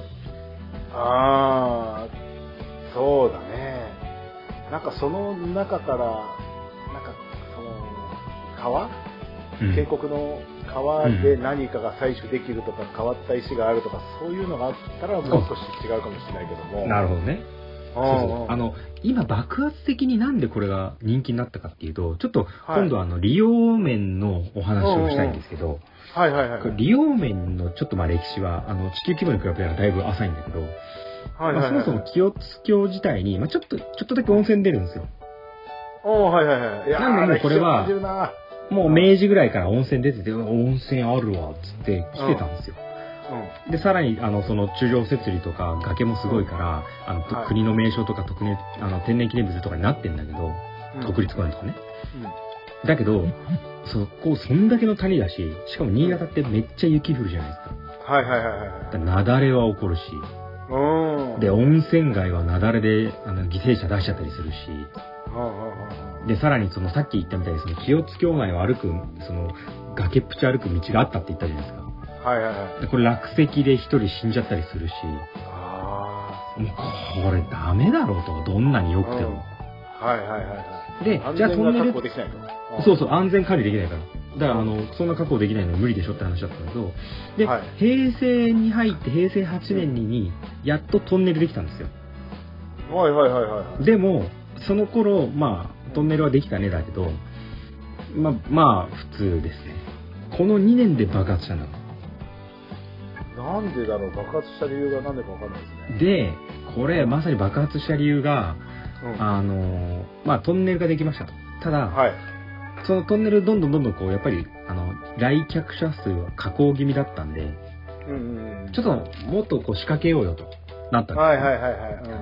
ああ、そうだね。なんかその中から、なんかその川、うん、渓谷の川で何かが採取できるとか、変わった石があるとか、そういうのがあったらもう少し違うかもしれないけども。 なるほどね。そうそうあの今爆発的になんでこれが人気になったかっていうとちょっと今度はあの利用面のお話をしたいんですけど、 はいはいはい、 利用面のちょっとまあ歴史はあの地球規模に比べたらだいぶ浅いんだけど、はいはいはいまあ、そもそも清津峡自体に、まあ、ちょっとちょっとだけ温泉出るんですよ。 おはいはいはい。いやなんでもうこれはもう明治ぐらいから温泉出てて温泉あるわっつって来てたんですよ。うん、でさらにあのその中上節理とか崖もすごいから、うん、あの、はい、国の名勝とか特にあの天然記念物とかになってんだけど、うん、国立公園とかね、うん、だけどそこそんだけの谷だししかも新潟ってめっちゃ雪降るじゃないですか。はいはいはいはい。雪崩は起こるし、うん、で温泉街は雪崩であの犠牲者出しちゃったりするし、うん、でさらにそのさっき言ったみたいにその清津峡内を歩くその崖っぷち歩く道があったって言ったじゃないですか。はいはいはい、これ落石で一人死んじゃったりするし、あもうこれダメだろうとどんなに良くても、うん、はいはいはいはいでじゃあトンネルそうそう安全管理できないからだからあのそんな確保できないの無理でしょって話だったんだけどで、はい、平成に入って平成はちねんにやっとトンネルできたんですよ。 はいはいはいはい。 でもその頃まあトンネルはできたねだけどままあ普通ですね。このにねんで爆発したんだ。 なんでだろう爆発した理由がなんでかわかんないですね。 でこれまさに爆発した理由が、うん、あのまあトンネルができましたと。ただ、はい、そのトンネルどんどんどんどんこうやっぱりあの来客者数は下降気味だったんで、うんうんうん、ちょっともっとこう仕掛けようよとなったんですよ。はいはいはいはい。うんうん、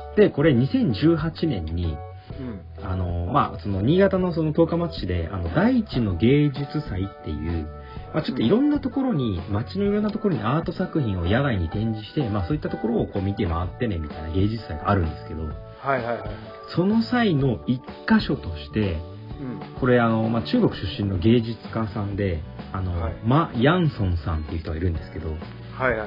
でこれにせんじゅうはちねんに、うん、あのまあその新潟のその十日町市であの大地の芸術祭っていうまあ、ちょっといろんなところに街のいろんなところにアート作品を野外に展示して、まあ、そういったところをこう見て回ってねみたいな芸術祭があるんですけど、はいはいはい、その際の一箇所として、うん、これあの、まあ、中国出身の芸術家さんであの、はい、マ・ヤンソンさんっていう人がいるんですけど、はいはい、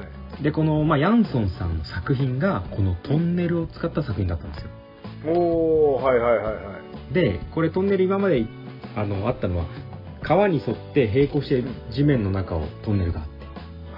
でこの、まあ、ヤンソンさんの作品がこのトンネルを使った作品だったんですよ。おーはいはいはいはい。でこれトンネル今まであのあったのは川に沿って並行して地面の中をトンネルがあって、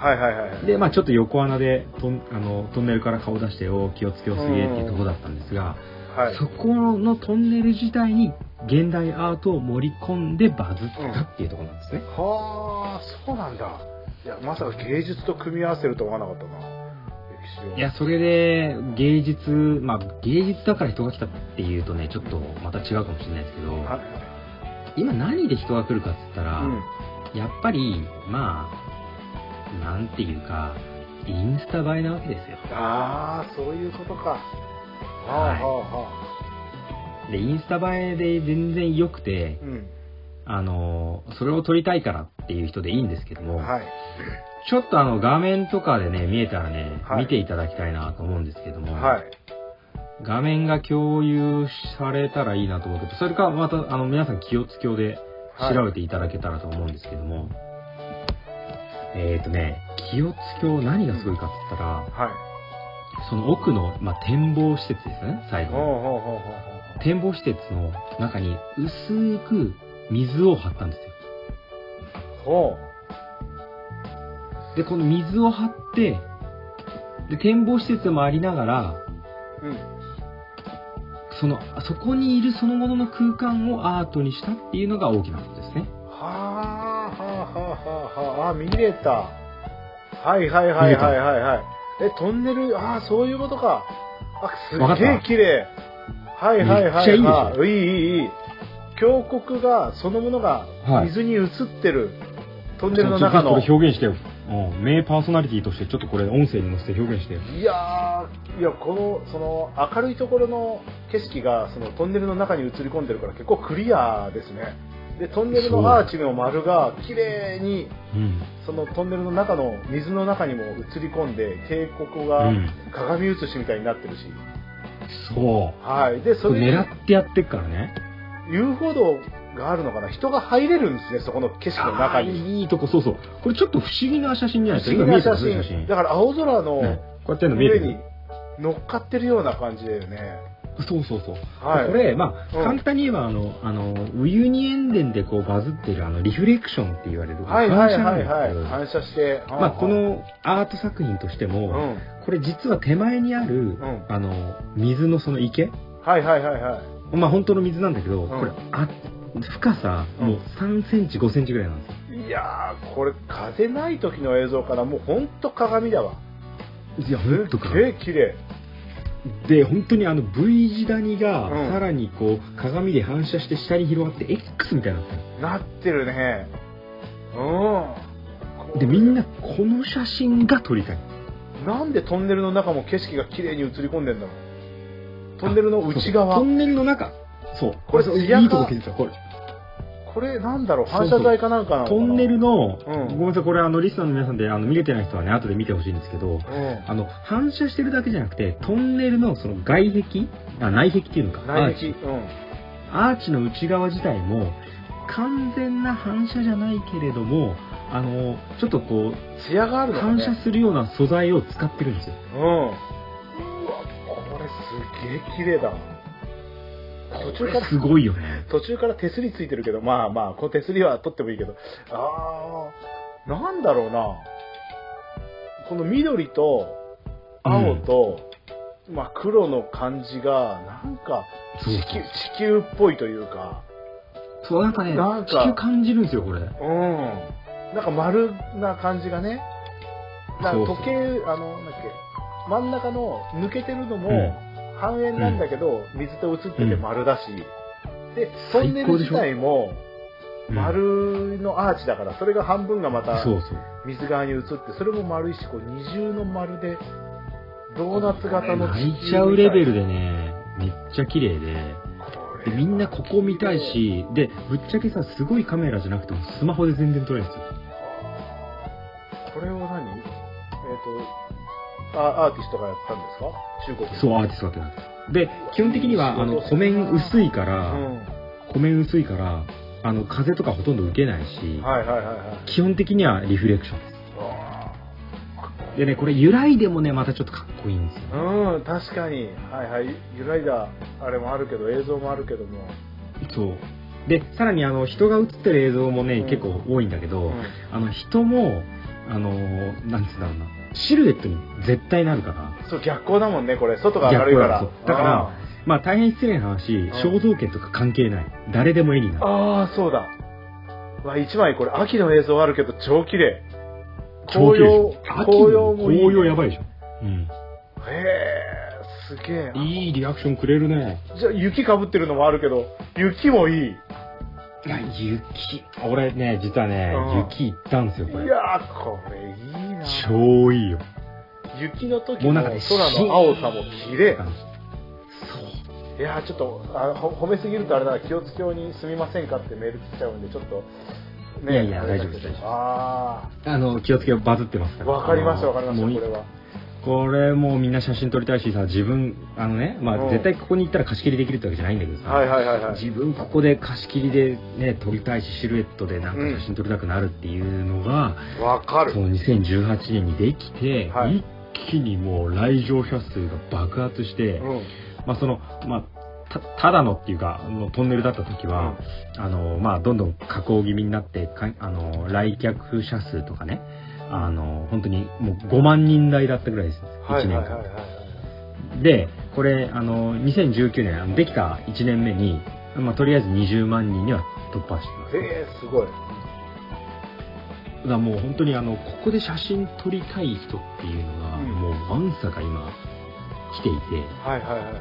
はいはいはい。 で、まあちょっと横穴でトン、あの、トンネルから顔出して、お気をつけよすげえっていうところだったんですが、はい、そこのトンネル自体に現代アートを盛り込んでバズったっていうところなんですね。 うん、はあ、そうなんだ。いや、まさか芸術と組み合わせると思わなかったな。歴史を。 いや、それで芸術、まあ芸術だから人が来たっていうとね、ちょっとまた違うかもしれないですけど、はい、今何で人が来るかって言ったら、うん、やっぱり、まあ、なんていうか、インスタ映えなわけですよ。 ああ、そういうことか。はあ、はい、はあ、はあ。で、インスタ映えで全然良くて、うん、あの、それを撮りたいからっていう人でいいんですけども、はい、ちょっとあの、画面とかでね、見えたらね、はい、見ていただきたいなと思うんですけども、はい、画面が共有されたらいいなと思うけど、それかまた、あの、皆さん気をつきょうで調べていただけたらと思うんですけども、はい、えっとね、清津峡何がすごいかって言ったら、はい、その奥の、まあ、展望施設ですね、最後の。展望施設の中に薄く水を張ったんですよ。ほう。で、この水を張って、で、展望施設もありながら、うん、その、そこにいるそのものの空間をアートにしたっていうのが大きなことですね。 はあ、はあ、はあ、はあ、あ、見れた。はいはいはいはいはいはい。え、トンネル、ああ、そういうことか。あ、すげえ綺麗。はいはいはい、はい。めっちゃいいでしょ。いいいいいい。峡谷が、そのものが水に映ってる、はい、トンネルの中の。 これ表現してよ。うん、名パーソナリティとしてちょっとこれ音声に乗せて表現してよ。 いやー、いや、この、その、明るいところの景色が、そのトンネルの中に映り込んでるから結構クリアですね。で、トンネルのアーチの丸が綺麗に、うん、そのトンネルの中の水の中にも映り込んで、渓谷が鏡写しみたいになってるし。 うん、そう。 はい。で、それ狙ってやってっからね。 遊歩道があるのかな、人が入れるんですね、そこの景色の中に。 いいとこ、そうそう。これちょっと不思議な写真じゃないですか。 不思議な写真。写真だから青空の上に乗っかってるような感じだよね。 そうそうそう。はい、これ、まあ、うん、簡単に言えば、あの、あの、ウユニ塩田でこうバズっている、あの、リフレクションって言われる。 はいはいはいはい。反射して。 まあ、このアート作品としても、うん、これ実は手前にある、うん、あの、水のその池。 はいはいはいはい。 まあ、本当の水なんだけど、うん、これ、あ、深さ、もうさんセンチ、ごセンチぐらいなんですよ。 いやー、これ、風ない時の映像からもうほんと鏡だわ。 いや、ほんと鏡。すげえ綺麗。 で、本当にあの V 字谷がさらにこう鏡で反射して下に広がって X みたいになってる。 なってるね。 うん。で、みんなこの写真が撮りたい。 なんでトンネルの中も景色が綺麗に映り込んでんだろう。トンネルの内側。 トンネルの中。そう。 これいいとこ気づいた。これ。 これなんだろう、反射材かなんかなのかな。 トンネルの、うん、ごめんなさい、これあのリスナーの皆さんであの見れてない人はね後で見てほしいんですけど、うん、あの反射してるだけじゃなくてトンネルのその外壁、あ内壁っていうのか、 内壁、うん、 アーチの内側自体も完全な反射じゃないけれども、あのちょっとこう艶があるのね、 反射するような素材を使ってるんですよ。 うん。うわ、これすげえ綺麗だ。途中からすごいよね。 途中から手すりついてるけど、まあまあこの手すりは取ってもいいけど、ああ、なんだろうな、この緑と青と、うん、まあ黒の感じがなんか地球、地球っぽいというか、 そうなんかね、なんか地球感じるんですよこれ。うん。 なんか丸な感じがね、なんか時計、あのなんだっけ、真ん中の抜けてるのも、うん半円なんだけど、うん、水と映ってて丸だし、うん、でトンネル自体も丸のアーチだから、それが半分がまた水側に映って、それも丸いし、こう二重の丸でドーナツ型の地球みたい。 泣いちゃうレベルでね、めっちゃ綺麗で、でみんなここ見たいし、でぶっちゃけさ、すごいカメラじゃなくてもスマホで全然撮れるんですよ。 これは何？えっ、ー、とアーティストがやったんですか？中国。 そう、アーティストがやってた。で、基本的にはあの湖面薄いから、うん、湖面薄いからあの風とかほとんど受けないし、 はいはいはいはい、 基本的にはリフレクションです。でね、これ揺らいでもねまたちょっとかっこいいんですよ、 ね。うん、確かに。はいはい、揺らいだあれもあるけど、映像もあるけども。 そう。で、さらにあの人が映ってる映像もね、うん、結構多いんだけど、うん、あの人もあのー、なんつうんだろうな、シルエットに絶対なるから。 そう、逆光だもんね、これ。外が明るいから。 だから、まあ大変失礼な話、肖像権とか関係ない。誰でも絵になる。 ああ、そうだ。わ、一枚これ、秋の映像あるけど超綺麗。 紅葉、 紅葉もいい、ね。 紅葉やばいでしょ。うん。 へえ、すげえ。 いいリアクションくれるね。 じゃあ雪かぶってるのもあるけど、雪もいい。 いや、雪。俺ね、実はね、うん、雪行ったんですよ、これ。 いやー、これいいな。 超いいよ。 雪の時の空の青さも綺麗。いやー、ちょっとあ褒めすぎるとあれだな、清津峡に住みませんかってメール来ちゃうんで、ちょっと。 ね、いやいや、大丈夫です、大丈夫です。ああの、気をつけバズってますから。 わかりました、わかりました、これは。 これもうみんな写真撮りたいしさ、自分、あのね、まあ絶対ここに行ったら貸し切りできるってわけじゃないんだけどさ、 はいはいはいはい、 自分ここで貸し切りでね、撮りたいし、シルエットでなんか写真撮りたくなるっていうのが、 わ、うん、かる。 そのにせんじゅうはちねんにできて、はい、一気にもう来場者数が爆発して、うん、まあその、まあ、た, ただのっていうかトンネルだった時は、うん、あのまあどんどん下降気味になってかあの来客者数とかね、あの本当にもうごまんにん台だったぐらいです、いちねんかんで。これあのにせんじゅうきゅうねんできたいちねんめに、まあ、とりあえずにじゅうまんにんには突破してます。 へえ、すごい。 だからもう本当にあのここで写真撮りたい人っていうのが、うん、もうわんさか今来ていて、 はいはいはいはい。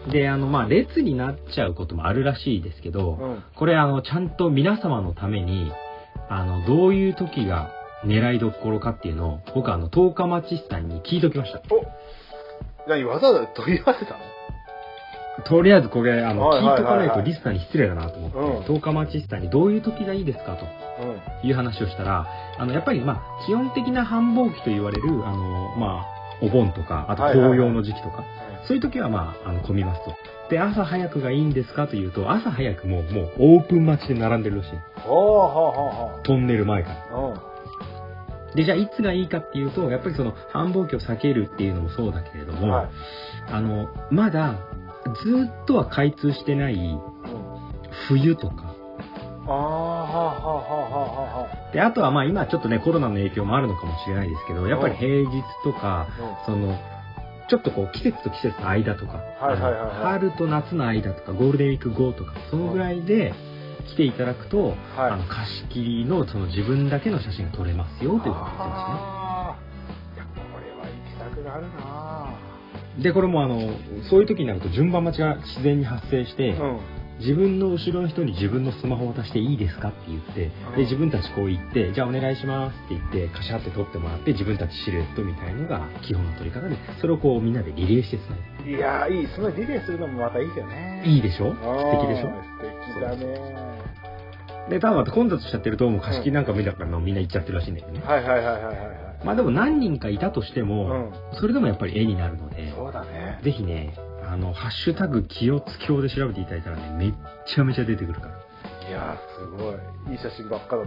で、あの、まあ、列になっちゃうこともあるらしいですけど、うん、これ、あの、ちゃんと皆様のために、あの、どういう時が狙いどころかっていうのを、僕はあの、十日町市さんに聞いておきました。 お、何、わざわざ問い合わせたの？ とりあえずこれ、あの、聞いとかないとリスナーに失礼だなと思って、うん、十日町市さんにどういう時がいいですかという話をしたら、あの、やっぱり、まあ、基本的な繁忙期と言われる、あの、まあ、お盆とか、あと紅葉の時期とか、はいはいはい、そういう時はまあ、あの、混みますと。で、朝早くがいいんですかというと、朝早くももうオープン待ちで並んでるらしい。 ほうほうほうほう。 トンネル前から。で、じゃあいつがいいかっていうと、やっぱりその繁忙期を避けるっていうのもそうだけれども、はい、あの、まだずっとは開通してない冬とか、 ああ、はあはあはあはあ。で、あとはまあ今ちょっとね、コロナの影響もあるのかもしれないですけど、やっぱり平日とか、その、ちょっとこう季節と季節の間とか、はいはいはいはい、春と夏の間とか、ゴールデンウィーク後とか、そのぐらいで来ていただくと、はい、あの貸し切りのその自分だけの写真が撮れますよということを言ってますね。いや、これは行きたくなるなぁ。 で、これもあの、そういう時になると順番待ちが自然に発生して、うん、自分の後ろの人に自分のスマホを渡していいですかって言って、で自分たちこう言って、じゃあお願いしますって言ってカシャって撮ってもらって、自分たちシルエットみたいのが基本の撮り方で、それをこうみんなでリレーしてつなぐ。いやー、いい。そのリレーするのもまたいいよね。 いいでしょ？素敵でしょ？ 素敵だね。 で、多分混雑しちゃってるともう貸し切りなんか見たからみんな行っちゃってるらしいんだけどね。 はいはいはいはいはい。 まあでも何人かいたとしても、うん、それでもやっぱり絵になるので、 そうだね。 ぜひね、あの、ハッシュタグ清津峡で調べていただいたらね、めっちゃめちゃ出てくるから。 いやー、すごい。いい写真ばっかだった。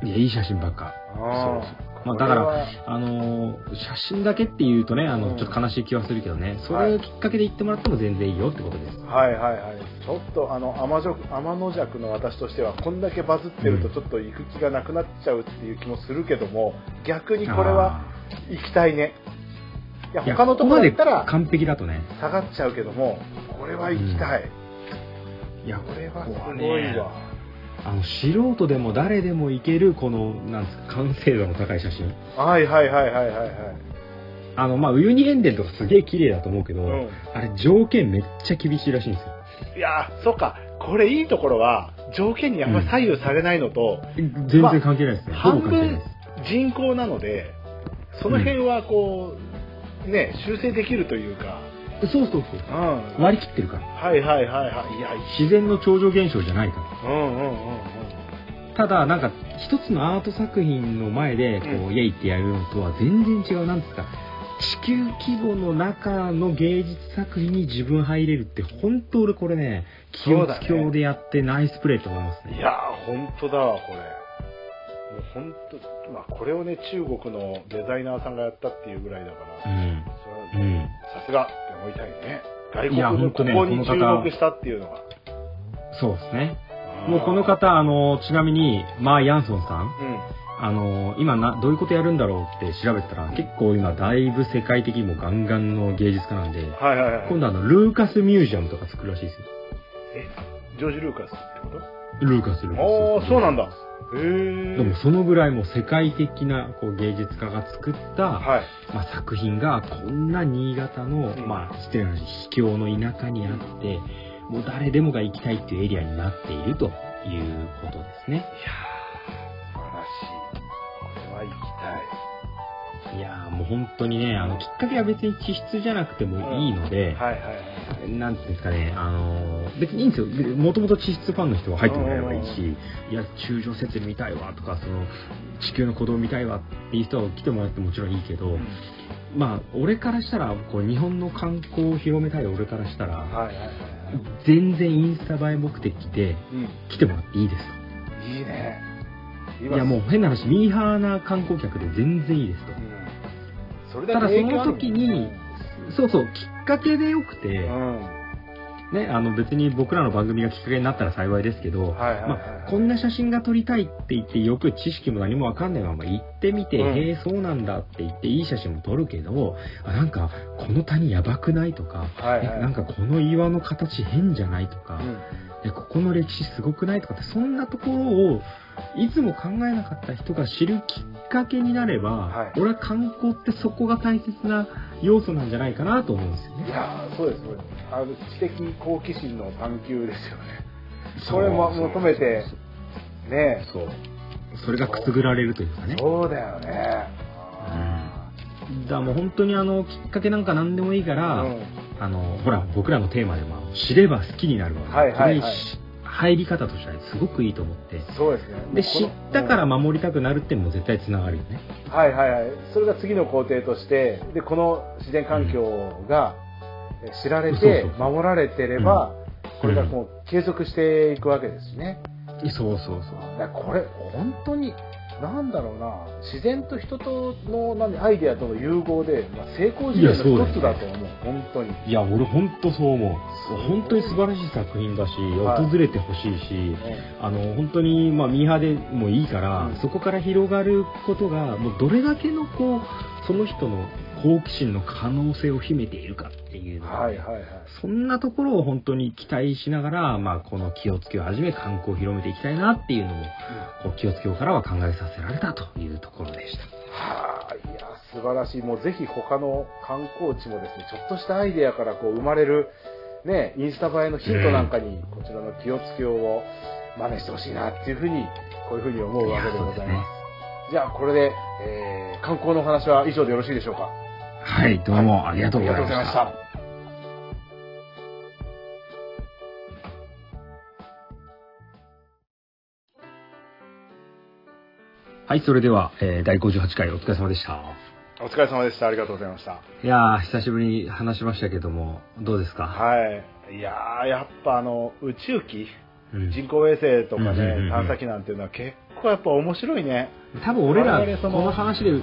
いや、いい写真ばっか。そうそう。まあだから、あのー、写真だけっていうとね、あの、うん、ちょっと悲しい気はするけどね、それをきっかけで言ってもらっても全然いいよってことです。 はいはいはい。ちょっとあの、天の弱の私としては、こんだけバズってるとちょっと行く気がなくなっちゃうっていう気もするけども、逆にこれは行きたいね。いや、他のところだったら完璧だとね下がっちゃうけども、これは行きたい、 うん、いや、これはすごいわ。あの素人でも誰でもいけるこのなんですか、完成度の高い写真。 はいはいはいはいはいはい。 あのまあウユニ塩田とかすげえ綺麗だと思うけど、うん、あれ条件めっちゃ厳しいらしいんですよ。 いやー、そっか、これいいところは条件にあんまり左右されないのと、 うん、全然関係ないですね。 まあ、半分人口なので、その辺はこう、うん、ね、修正できるというか。 そうそうそう、うん、割り切ってるから。 はいはいはいはい。いや、 自然の超常現象じゃないから。うんうんうんうん。 ただなんか一つのアート作品の前でこう、うん、イエイってやるのとは全然違う、なんですか、地球規模の中の芸術作品に自分入れるって本当俺これね、清津峡でやってナイスプレーと思いますね。 いやー本当だわこれ。もう本当、まあこれをね中国のデザイナーさんがやったっていうぐらいだから、うん、それはさすがって思いたいね。外国のここに注目したっていうのが。 そうですね。もうこの方、あの、ちなみに、マー・ヤンソンさん、うん、 あの今などういうことやるんだろうって調べたら、結構今だいぶ世界的にもガンガンの芸術家なんで、 はいはいはい、 今度あのルーカスミュージアムとか作るらしいですよ。 え、ジョージ・ルーカスってこと？ ルーカスルーカス。 ああ、そうなんだ。へえ。 でもそのぐらいもう世界的なこう芸術家が作った、 はい、 まあ、作品がこんな新潟の、うん、まあ失礼な話、秘境の田舎にあって、もう誰でもが行きたいっていうエリアになっているということですね。いやー、素晴らしい。これは行きたい。いやーもう本当にね、あのきっかけは別に地質じゃなくてもいいので、 うん、はいはいはい、 なんていうんですかね、あのー、別にいいんですよ。もともと地質ファンの人は入ってもらえればいいし、いや柱状節見たいわとか、その地球の鼓動見たいわっていう人は来てもらってもちろんいいけど、うん、まあ俺からしたらこう日本の観光を広めたい俺からしたら、はいはいはいはい、全然インスタ映え目的で来てもらっていいですと。 いいね。 いやもう変な話、ミーハーな観光客で全然いいですと。うん、それだけ影響ある。ただその時に、そうそう、きっかけでよくて、うん、ね、あの別に僕らの番組がきっかけになったら幸いですけど、はいはいはい、まあ、こんな写真が撮りたいって言って、よく知識も何もわかんないまま行ってみて、うん、へえそうなんだって言っていい写真も撮るけど、あ、なんかこの谷やばくないとか、はいはい、なんかこの岩の形変じゃないとか、うん、ここの歴史すごくないとかって、そんなところをいつも考えなかった人が知るきっかけになれば、はい、俺は観光ってそこが大切な要素なんじゃないかなと思うんですよね。 いやー、そうです、そうです。あの知的好奇心の探求ですよね。それも求めてね、 そう、それがくすぐられるというかね。 そうだよね。 うん、だからもう本当にあのきっかけなんか何でもいいから、うん、あのほら僕らのテーマでも知れば好きになるわけ、はいはいはい、入り方としてはすごくいいと思って。 そうですね。 で知ったから守りたくなるっても絶対つながるよね。 はいはいはい。それが次の工程として、でこの自然環境が知られて守られてれば、これがもう継続していくわけですしね。 そうそうそう。 だからこれ本当になんだろうな、自然と人との何アイデアとの融合で、まあ、成功事例の一つだと思う。本当に。 いや俺本当そう思う。本当に素晴らしい作品だし、はい、訪れてほしいし、うん、あの本当にまあミーハーでもいいから、うん、そこから広がることがもうどれだけのこうその人の好奇心の可能性を秘めているかっていうの、ね、はいはいはい、そんなところを本当に期待しながら、まあ、この清津峡をはじめ観光を広めていきたいなっていうのも、うん、こう清津峡からは考えさせられたというところでした。 はあ、いや素晴らしい。もうぜひ他の観光地もですね、ちょっとしたアイデアからこう生まれるね、インスタ映えのヒントなんかにこちらの清津峡を真似してほしいなっていうふうにこういうふうに思うわけでございます。じゃあこれで、えー、観光の話は以上でよろしいでしょうか。 はい、どうもありがとうございました。はい、ありがとうございました。はい、それでは、えー、だいごじゅうはちかいお疲れ様でした。 お疲れ様でした。ありがとうございました。 いやー、久しぶりに話しましたけども、どうですか？ はい。いやー、やっぱあの、宇宙機、うん、人工衛星とかね、うんうんうんうん、探査機なんていうのは結構やっぱ面白いね。 多分俺ら、この話で、うん、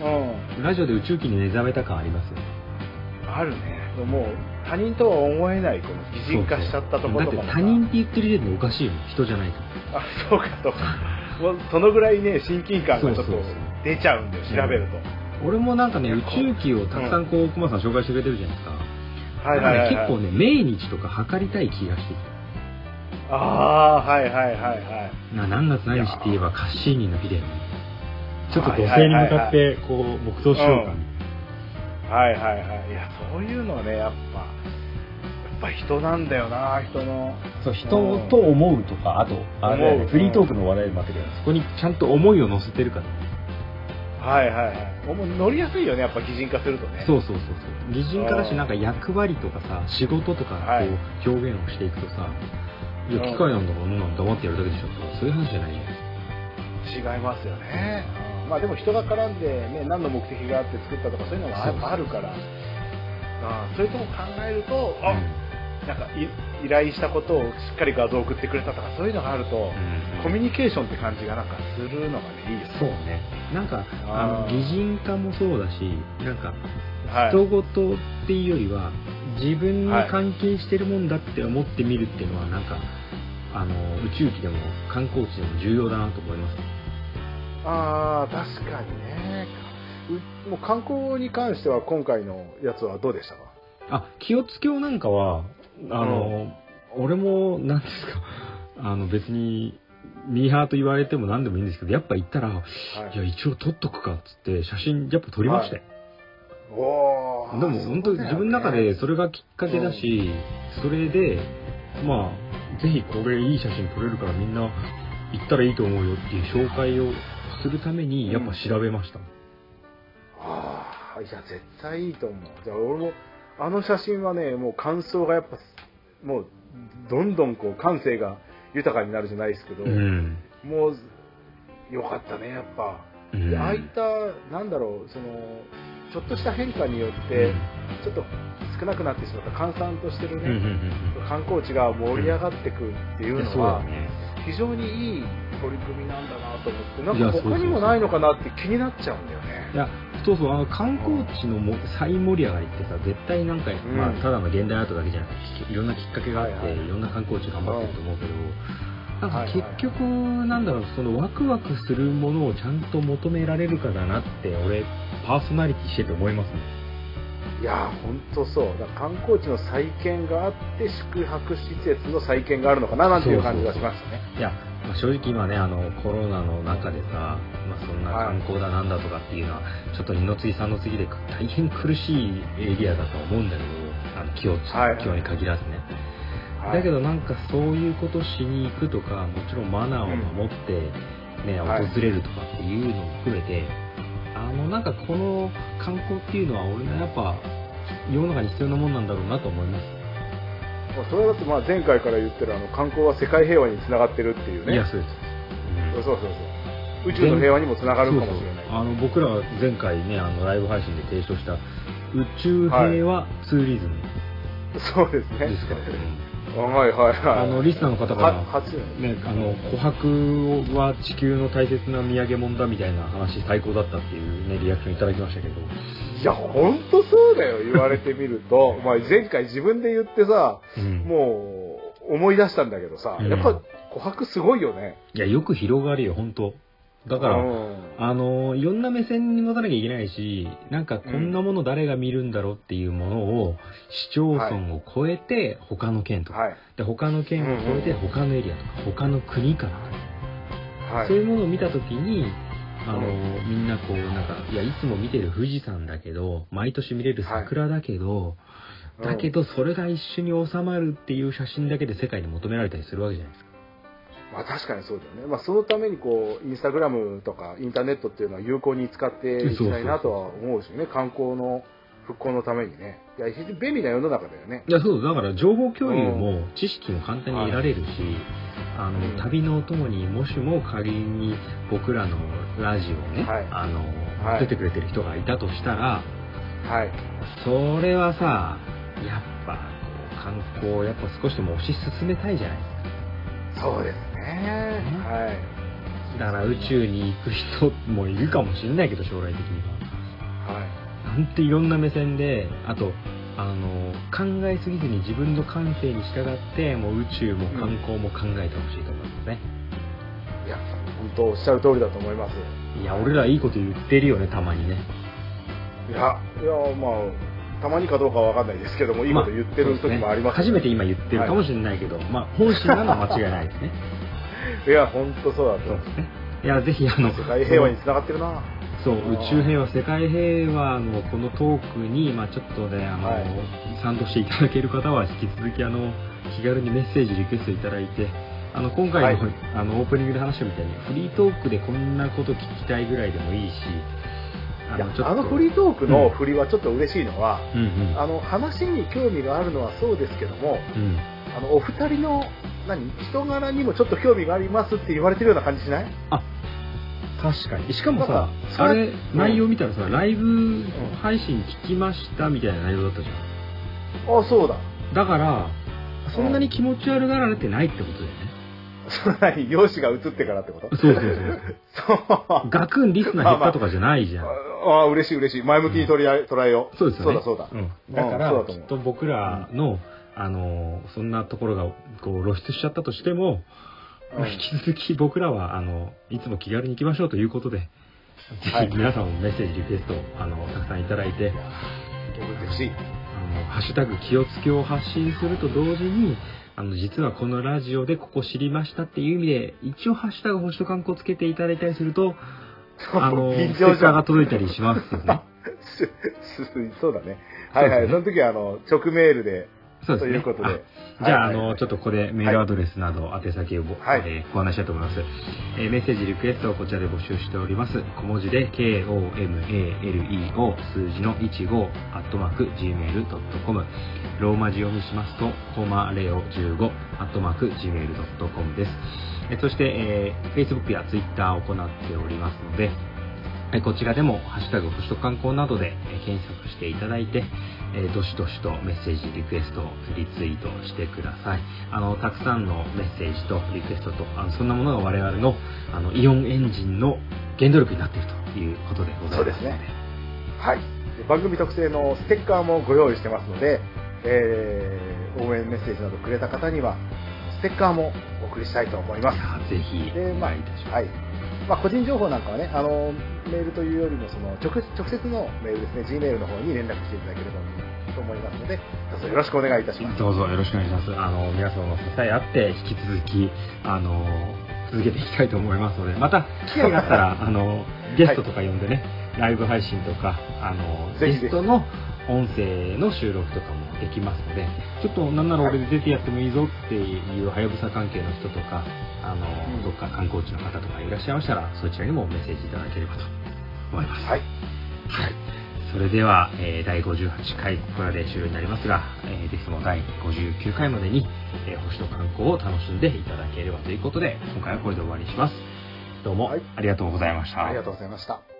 ラジオで宇宙機に目覚めた感ありますよね。 あるね。もう、他人とは思えない、この擬人化しちゃったところとかも。 だって他人って言ってる時点でおかしいもん、人じゃないと。 あ、そうかそうか。もうそのぐらいね、親近感がちょっと出ちゃうんだよ、調べると。 うん、俺もなんかね、宇宙機をたくさんこう、熊さん紹介してくれてるじゃないですか。 はいはいはい、はい。 結構ね、命日とか測りたい気がしてきた。 ああ、はいはいはいはい。 な、何月何日って言えばカッシーニの日だよね。ちょっと土星に向かって、こう、黙祷しようかみたいな。 はいはいはい。いや、そういうのはね、やっぱ、やっぱ人なんだよな、人の。 そう、人と思うとか、あと、あれ、ね、フリートークの話題もあったけど、そこにちゃんと思いを乗せてるからね。 はいはいはい。乗りやすいよね、やっぱ擬人化するとね。 そうそうそうそう。擬人化だし、なんか役割とかさ、仕事とかこう表現をしていくとさ、いや、機械なんだから、もう黙ってやるだけでしょとか、そういう話じゃないよ。 違いますよね。まあでも人が絡んでね、何の目的があって作ったとかそういうのもやっぱあるから、あそういうとこ考えると、あ、うん、なんか依頼したことをしっかり画像を送ってくれたとかそういうのがあると、うん、コミュニケーションって感じがなんかするのがね、いいですね。 そうね。なんかあの擬人化もそうだし、なんか人事っていうよりは自分に関係してるもんだって思ってみるっていうのはなんかあの宇宙機でも観光地でも重要だなと思います。 ああ、確かにね。うもう観光に関しては今回のやつはどうでしたか？ あ、清津峡なんかは、あの、うん、俺も、なんですか、あの別に、ミーハーと言われても何でもいいんですけど、やっぱ行ったら、はい、いや、一応撮っとくかっつって写真やっぱ撮りましたよ。はい、おー。でも本当に自分の中でそれがきっかけだし、うん、それで、まあ、ぜひこれいい写真撮れるからみんな行ったらいいと思うよっていう紹介をするためにやっぱ調べました。うん、 ああ、いや、絶対いいと思う。じゃあ俺も、あの写真はね、もう感想がやっぱ、もう、どんどんこう感性が豊かになるじゃないですけど、うん、もう、よかったね、やっぱ。うん、ああいった、なんだろう、その、ちょっとした変化によって、ちょっと少なくなってしまった閑散としてるね、うんうんうん、観光地が盛り上がってくるっていうのは、非常にいい取り組みなんだなと思って、なんか他にもないのかなって気になっちゃうんだよね。 いや、そうそう、あの観光地のも再盛り上がりってさ、絶対なんか、うん、まあ、ただの現代アートだけじゃなくて、いろんなきっかけがあって、はいはい、いろんな観光地頑張ってると思うけど、なんか結局、なんだろう、そのワクワクするものをちゃんと求められるかだなって、俺、パーソナリティしてて思いますね。 いやー、ほんとそう。だから観光地の再建があって、宿泊施設の再建があるのかななんていう感じがしましたね。 そうそうそう。いや、まあ、正直今ね、あの、コロナの中でさ、まあ、そんな観光だなんだとかっていうのは、はい、ちょっと二の次三の次で大変苦しいエリアだと思うんだけど、あの、清津、はい、清に限らずね。だけどなんかそういうことしに行くとか、もちろんマナーを守ってね、うん、訪れるとかっていうのを含めて、あのなんかこの観光っていうのは俺のやっぱ世の中に必要なもんなんだろうなと思います。 それだってまあ前回から言ってるあの観光は世界平和につながってるっていうね。 いやそうです。 うん、そうそうそう。宇宙の平和にもつながるかもしれない。そうそうあの僕らは前回ねあのライブ配信で提唱した宇宙平和ツーリズム、はい、 そうですね。ですからね。はいはいはい。 あのリスナーの方からね、あの琥珀は地球の大切な土産物だみたいな話最高だったっていうねリアクションいただきましたけど。 いや本当そうだよ言われてみると、まあ前回自分で言ってさ、うん、もう思い出したんだけどさ、うん、やっぱ琥珀すごいよね。 いやよく広がるよ本当。だから、うん、あのいろんな目線に持たなきゃいけないし、なんかこんなもの誰が見るんだろうっていうものを、うん、市町村を超えて他の県とか、はい、で他の県を超えて他のエリアとか、うん、他の国から、はい、そういうものを見たときに、あの、うん、みんなこうなんかいやいつも見てる富士山だけど、毎年見れる桜だけど、はい、だけどそれが一緒に収まるっていう写真だけで世界に求められたりするわけじゃないですか。 まあ確かにそうだよね。まあそのためにこうインスタグラムとかインターネットっていうのは有効に使っていきたいなとは思うしね。観光の復興のためにね。いや非常に便利な世の中だよね。 いやそうだから情報共有も知識も簡単に得られるし、うん、あの、うん、旅のお供にもしも仮に僕らのラジオをね、はい、あの、はい、出てくれてる人がいたとしたら、はい、それはさやっぱこう観光をやっぱ少しでも推し進めたいじゃないですか。 そうですね。はい。 だから宇宙に行く人もいるかもしれないけど将来的には。はい。なんていろんな目線で、あとあの考えすぎずに自分の感性に従ってもう宇宙も観光も考えてほしいと思いますね。 うん、いや本当おっしゃる通りだと思います。 いや俺らいいこと言ってるよねたまにね。 いやいやまあ。たまにかどうかは分かんないですけども、いいこと言ってる時もあります、ね。 初めて今言ってるかもしれないけど、はい、まあ本心なのは間違いないですね。 いや本当そうだと思う。そうですね。 いやぜひあの世界平和に繋がってるな。 そう、宇宙平和、世界平和のこのトークに、まあちょっとね、あの、はい、賛同していただける方は引き続きあの気軽にメッセージリクエストいただいて、あの今回の、はい、あのオープニングで話したみたいにフリートークでこんなこと聞きたいぐらいでもいいし。 あの, あのフリートークの振りはちょっと嬉しいのは、うんうん、あの話に興味があるのはそうですけども、うん、あのお二人の何人柄にもちょっと興味がありますって言われてるような感じしない？ あ、確かに。しかもさ、あれ、うん、内容見たらさ、ライブ配信聞きましたみたいな内容だったじゃん。 あ、そうだ。 だからそんなに気持ち悪がられてないってことだよね。 そんなに容姿が映ってからってこと？ そうそうそう。そう。ガクンリスナー減ったとかじゃないじゃん。 まあまあ、ああ、嬉しい嬉しい。前向きに取り捉えよう。 そうですよね。 そうだそうだ。 うん、だから、うん、きっと僕らの、あの、そんなところがこう露出しちゃったとしても、 まあ、引き続き僕らは、あの、いつも気軽に行きましょうということで、ぜひ皆さんもメッセージ、リクエスト、あの、たくさんいただいて、 嬉しい。 あの、ハッシュタグ気をつけを発信すると同時に、あの、実はこのラジオでここ知りましたっていう意味で、一応ハッシュタグ星と観光つけていただいたりすると、あの、ステッカーが届いたりしますよね。 そうだね。はいはい。その時は、あの、直メールで、 そうですね。 ということで。 じゃあ、あの、ちょっとここでメールアドレスなど宛先をご、 はいえーご案内したいと思います。えーメッセージ、リクエストをこちらで募集しております。小文字で ケーオーエムエーエルイーオー 数字のじゅうごアットマーク ジーメールドットコム ローマ字読みしますとコマレオじゅうごアットマーク ジーメールドットコム です。えーそして、えー、Facebook や Twitter を行っておりますので、こちらでもハッシュタグ星と観光などで検索していただいて、えー、どしどしとメッセージリクエストをリツイートしてください。あのたくさんのメッセージとリクエストとあのそんなものが我々のあのイオンエンジンの原動力になっているということでございます。 そうですね。はい。番組特製のステッカーもご用意してますので、えー、応援メッセージなどくれた方にはステッカーもお送りしたいと思います。 ぜひお願いいたします。 はい。まあ、個人情報なんかはね、あのメールというよりもその 直, 直接のメールですね、Gmail の方に連絡していただければと思いますので、どうぞよろしくお願いいたします。 どうぞよろしくお願いします。あの皆様の支えあって引き続きあの続けていきたいと思いますので、また機会があったらあのゲストとか呼んでね、はい、ライブ配信とかあのゲストの音声の収録とかもできますので、ちょっとなんなら俺で出てやってもいいぞっていうはやぶさ関係の人とか、あの、うん、どっか観光地の方とかいらっしゃいましたら、そちらにもメッセージいただければと思います。 はい。 はい。それでは、えー、だいごじゅうはちかいここらで終了になりますが、えー、ぜひともだいごじゅうきゅうかいまでに、えー、星と観光を楽しんでいただければということで、今回はこれで終わりにします。どうも、はい、ありがとうございました。 ありがとうございました。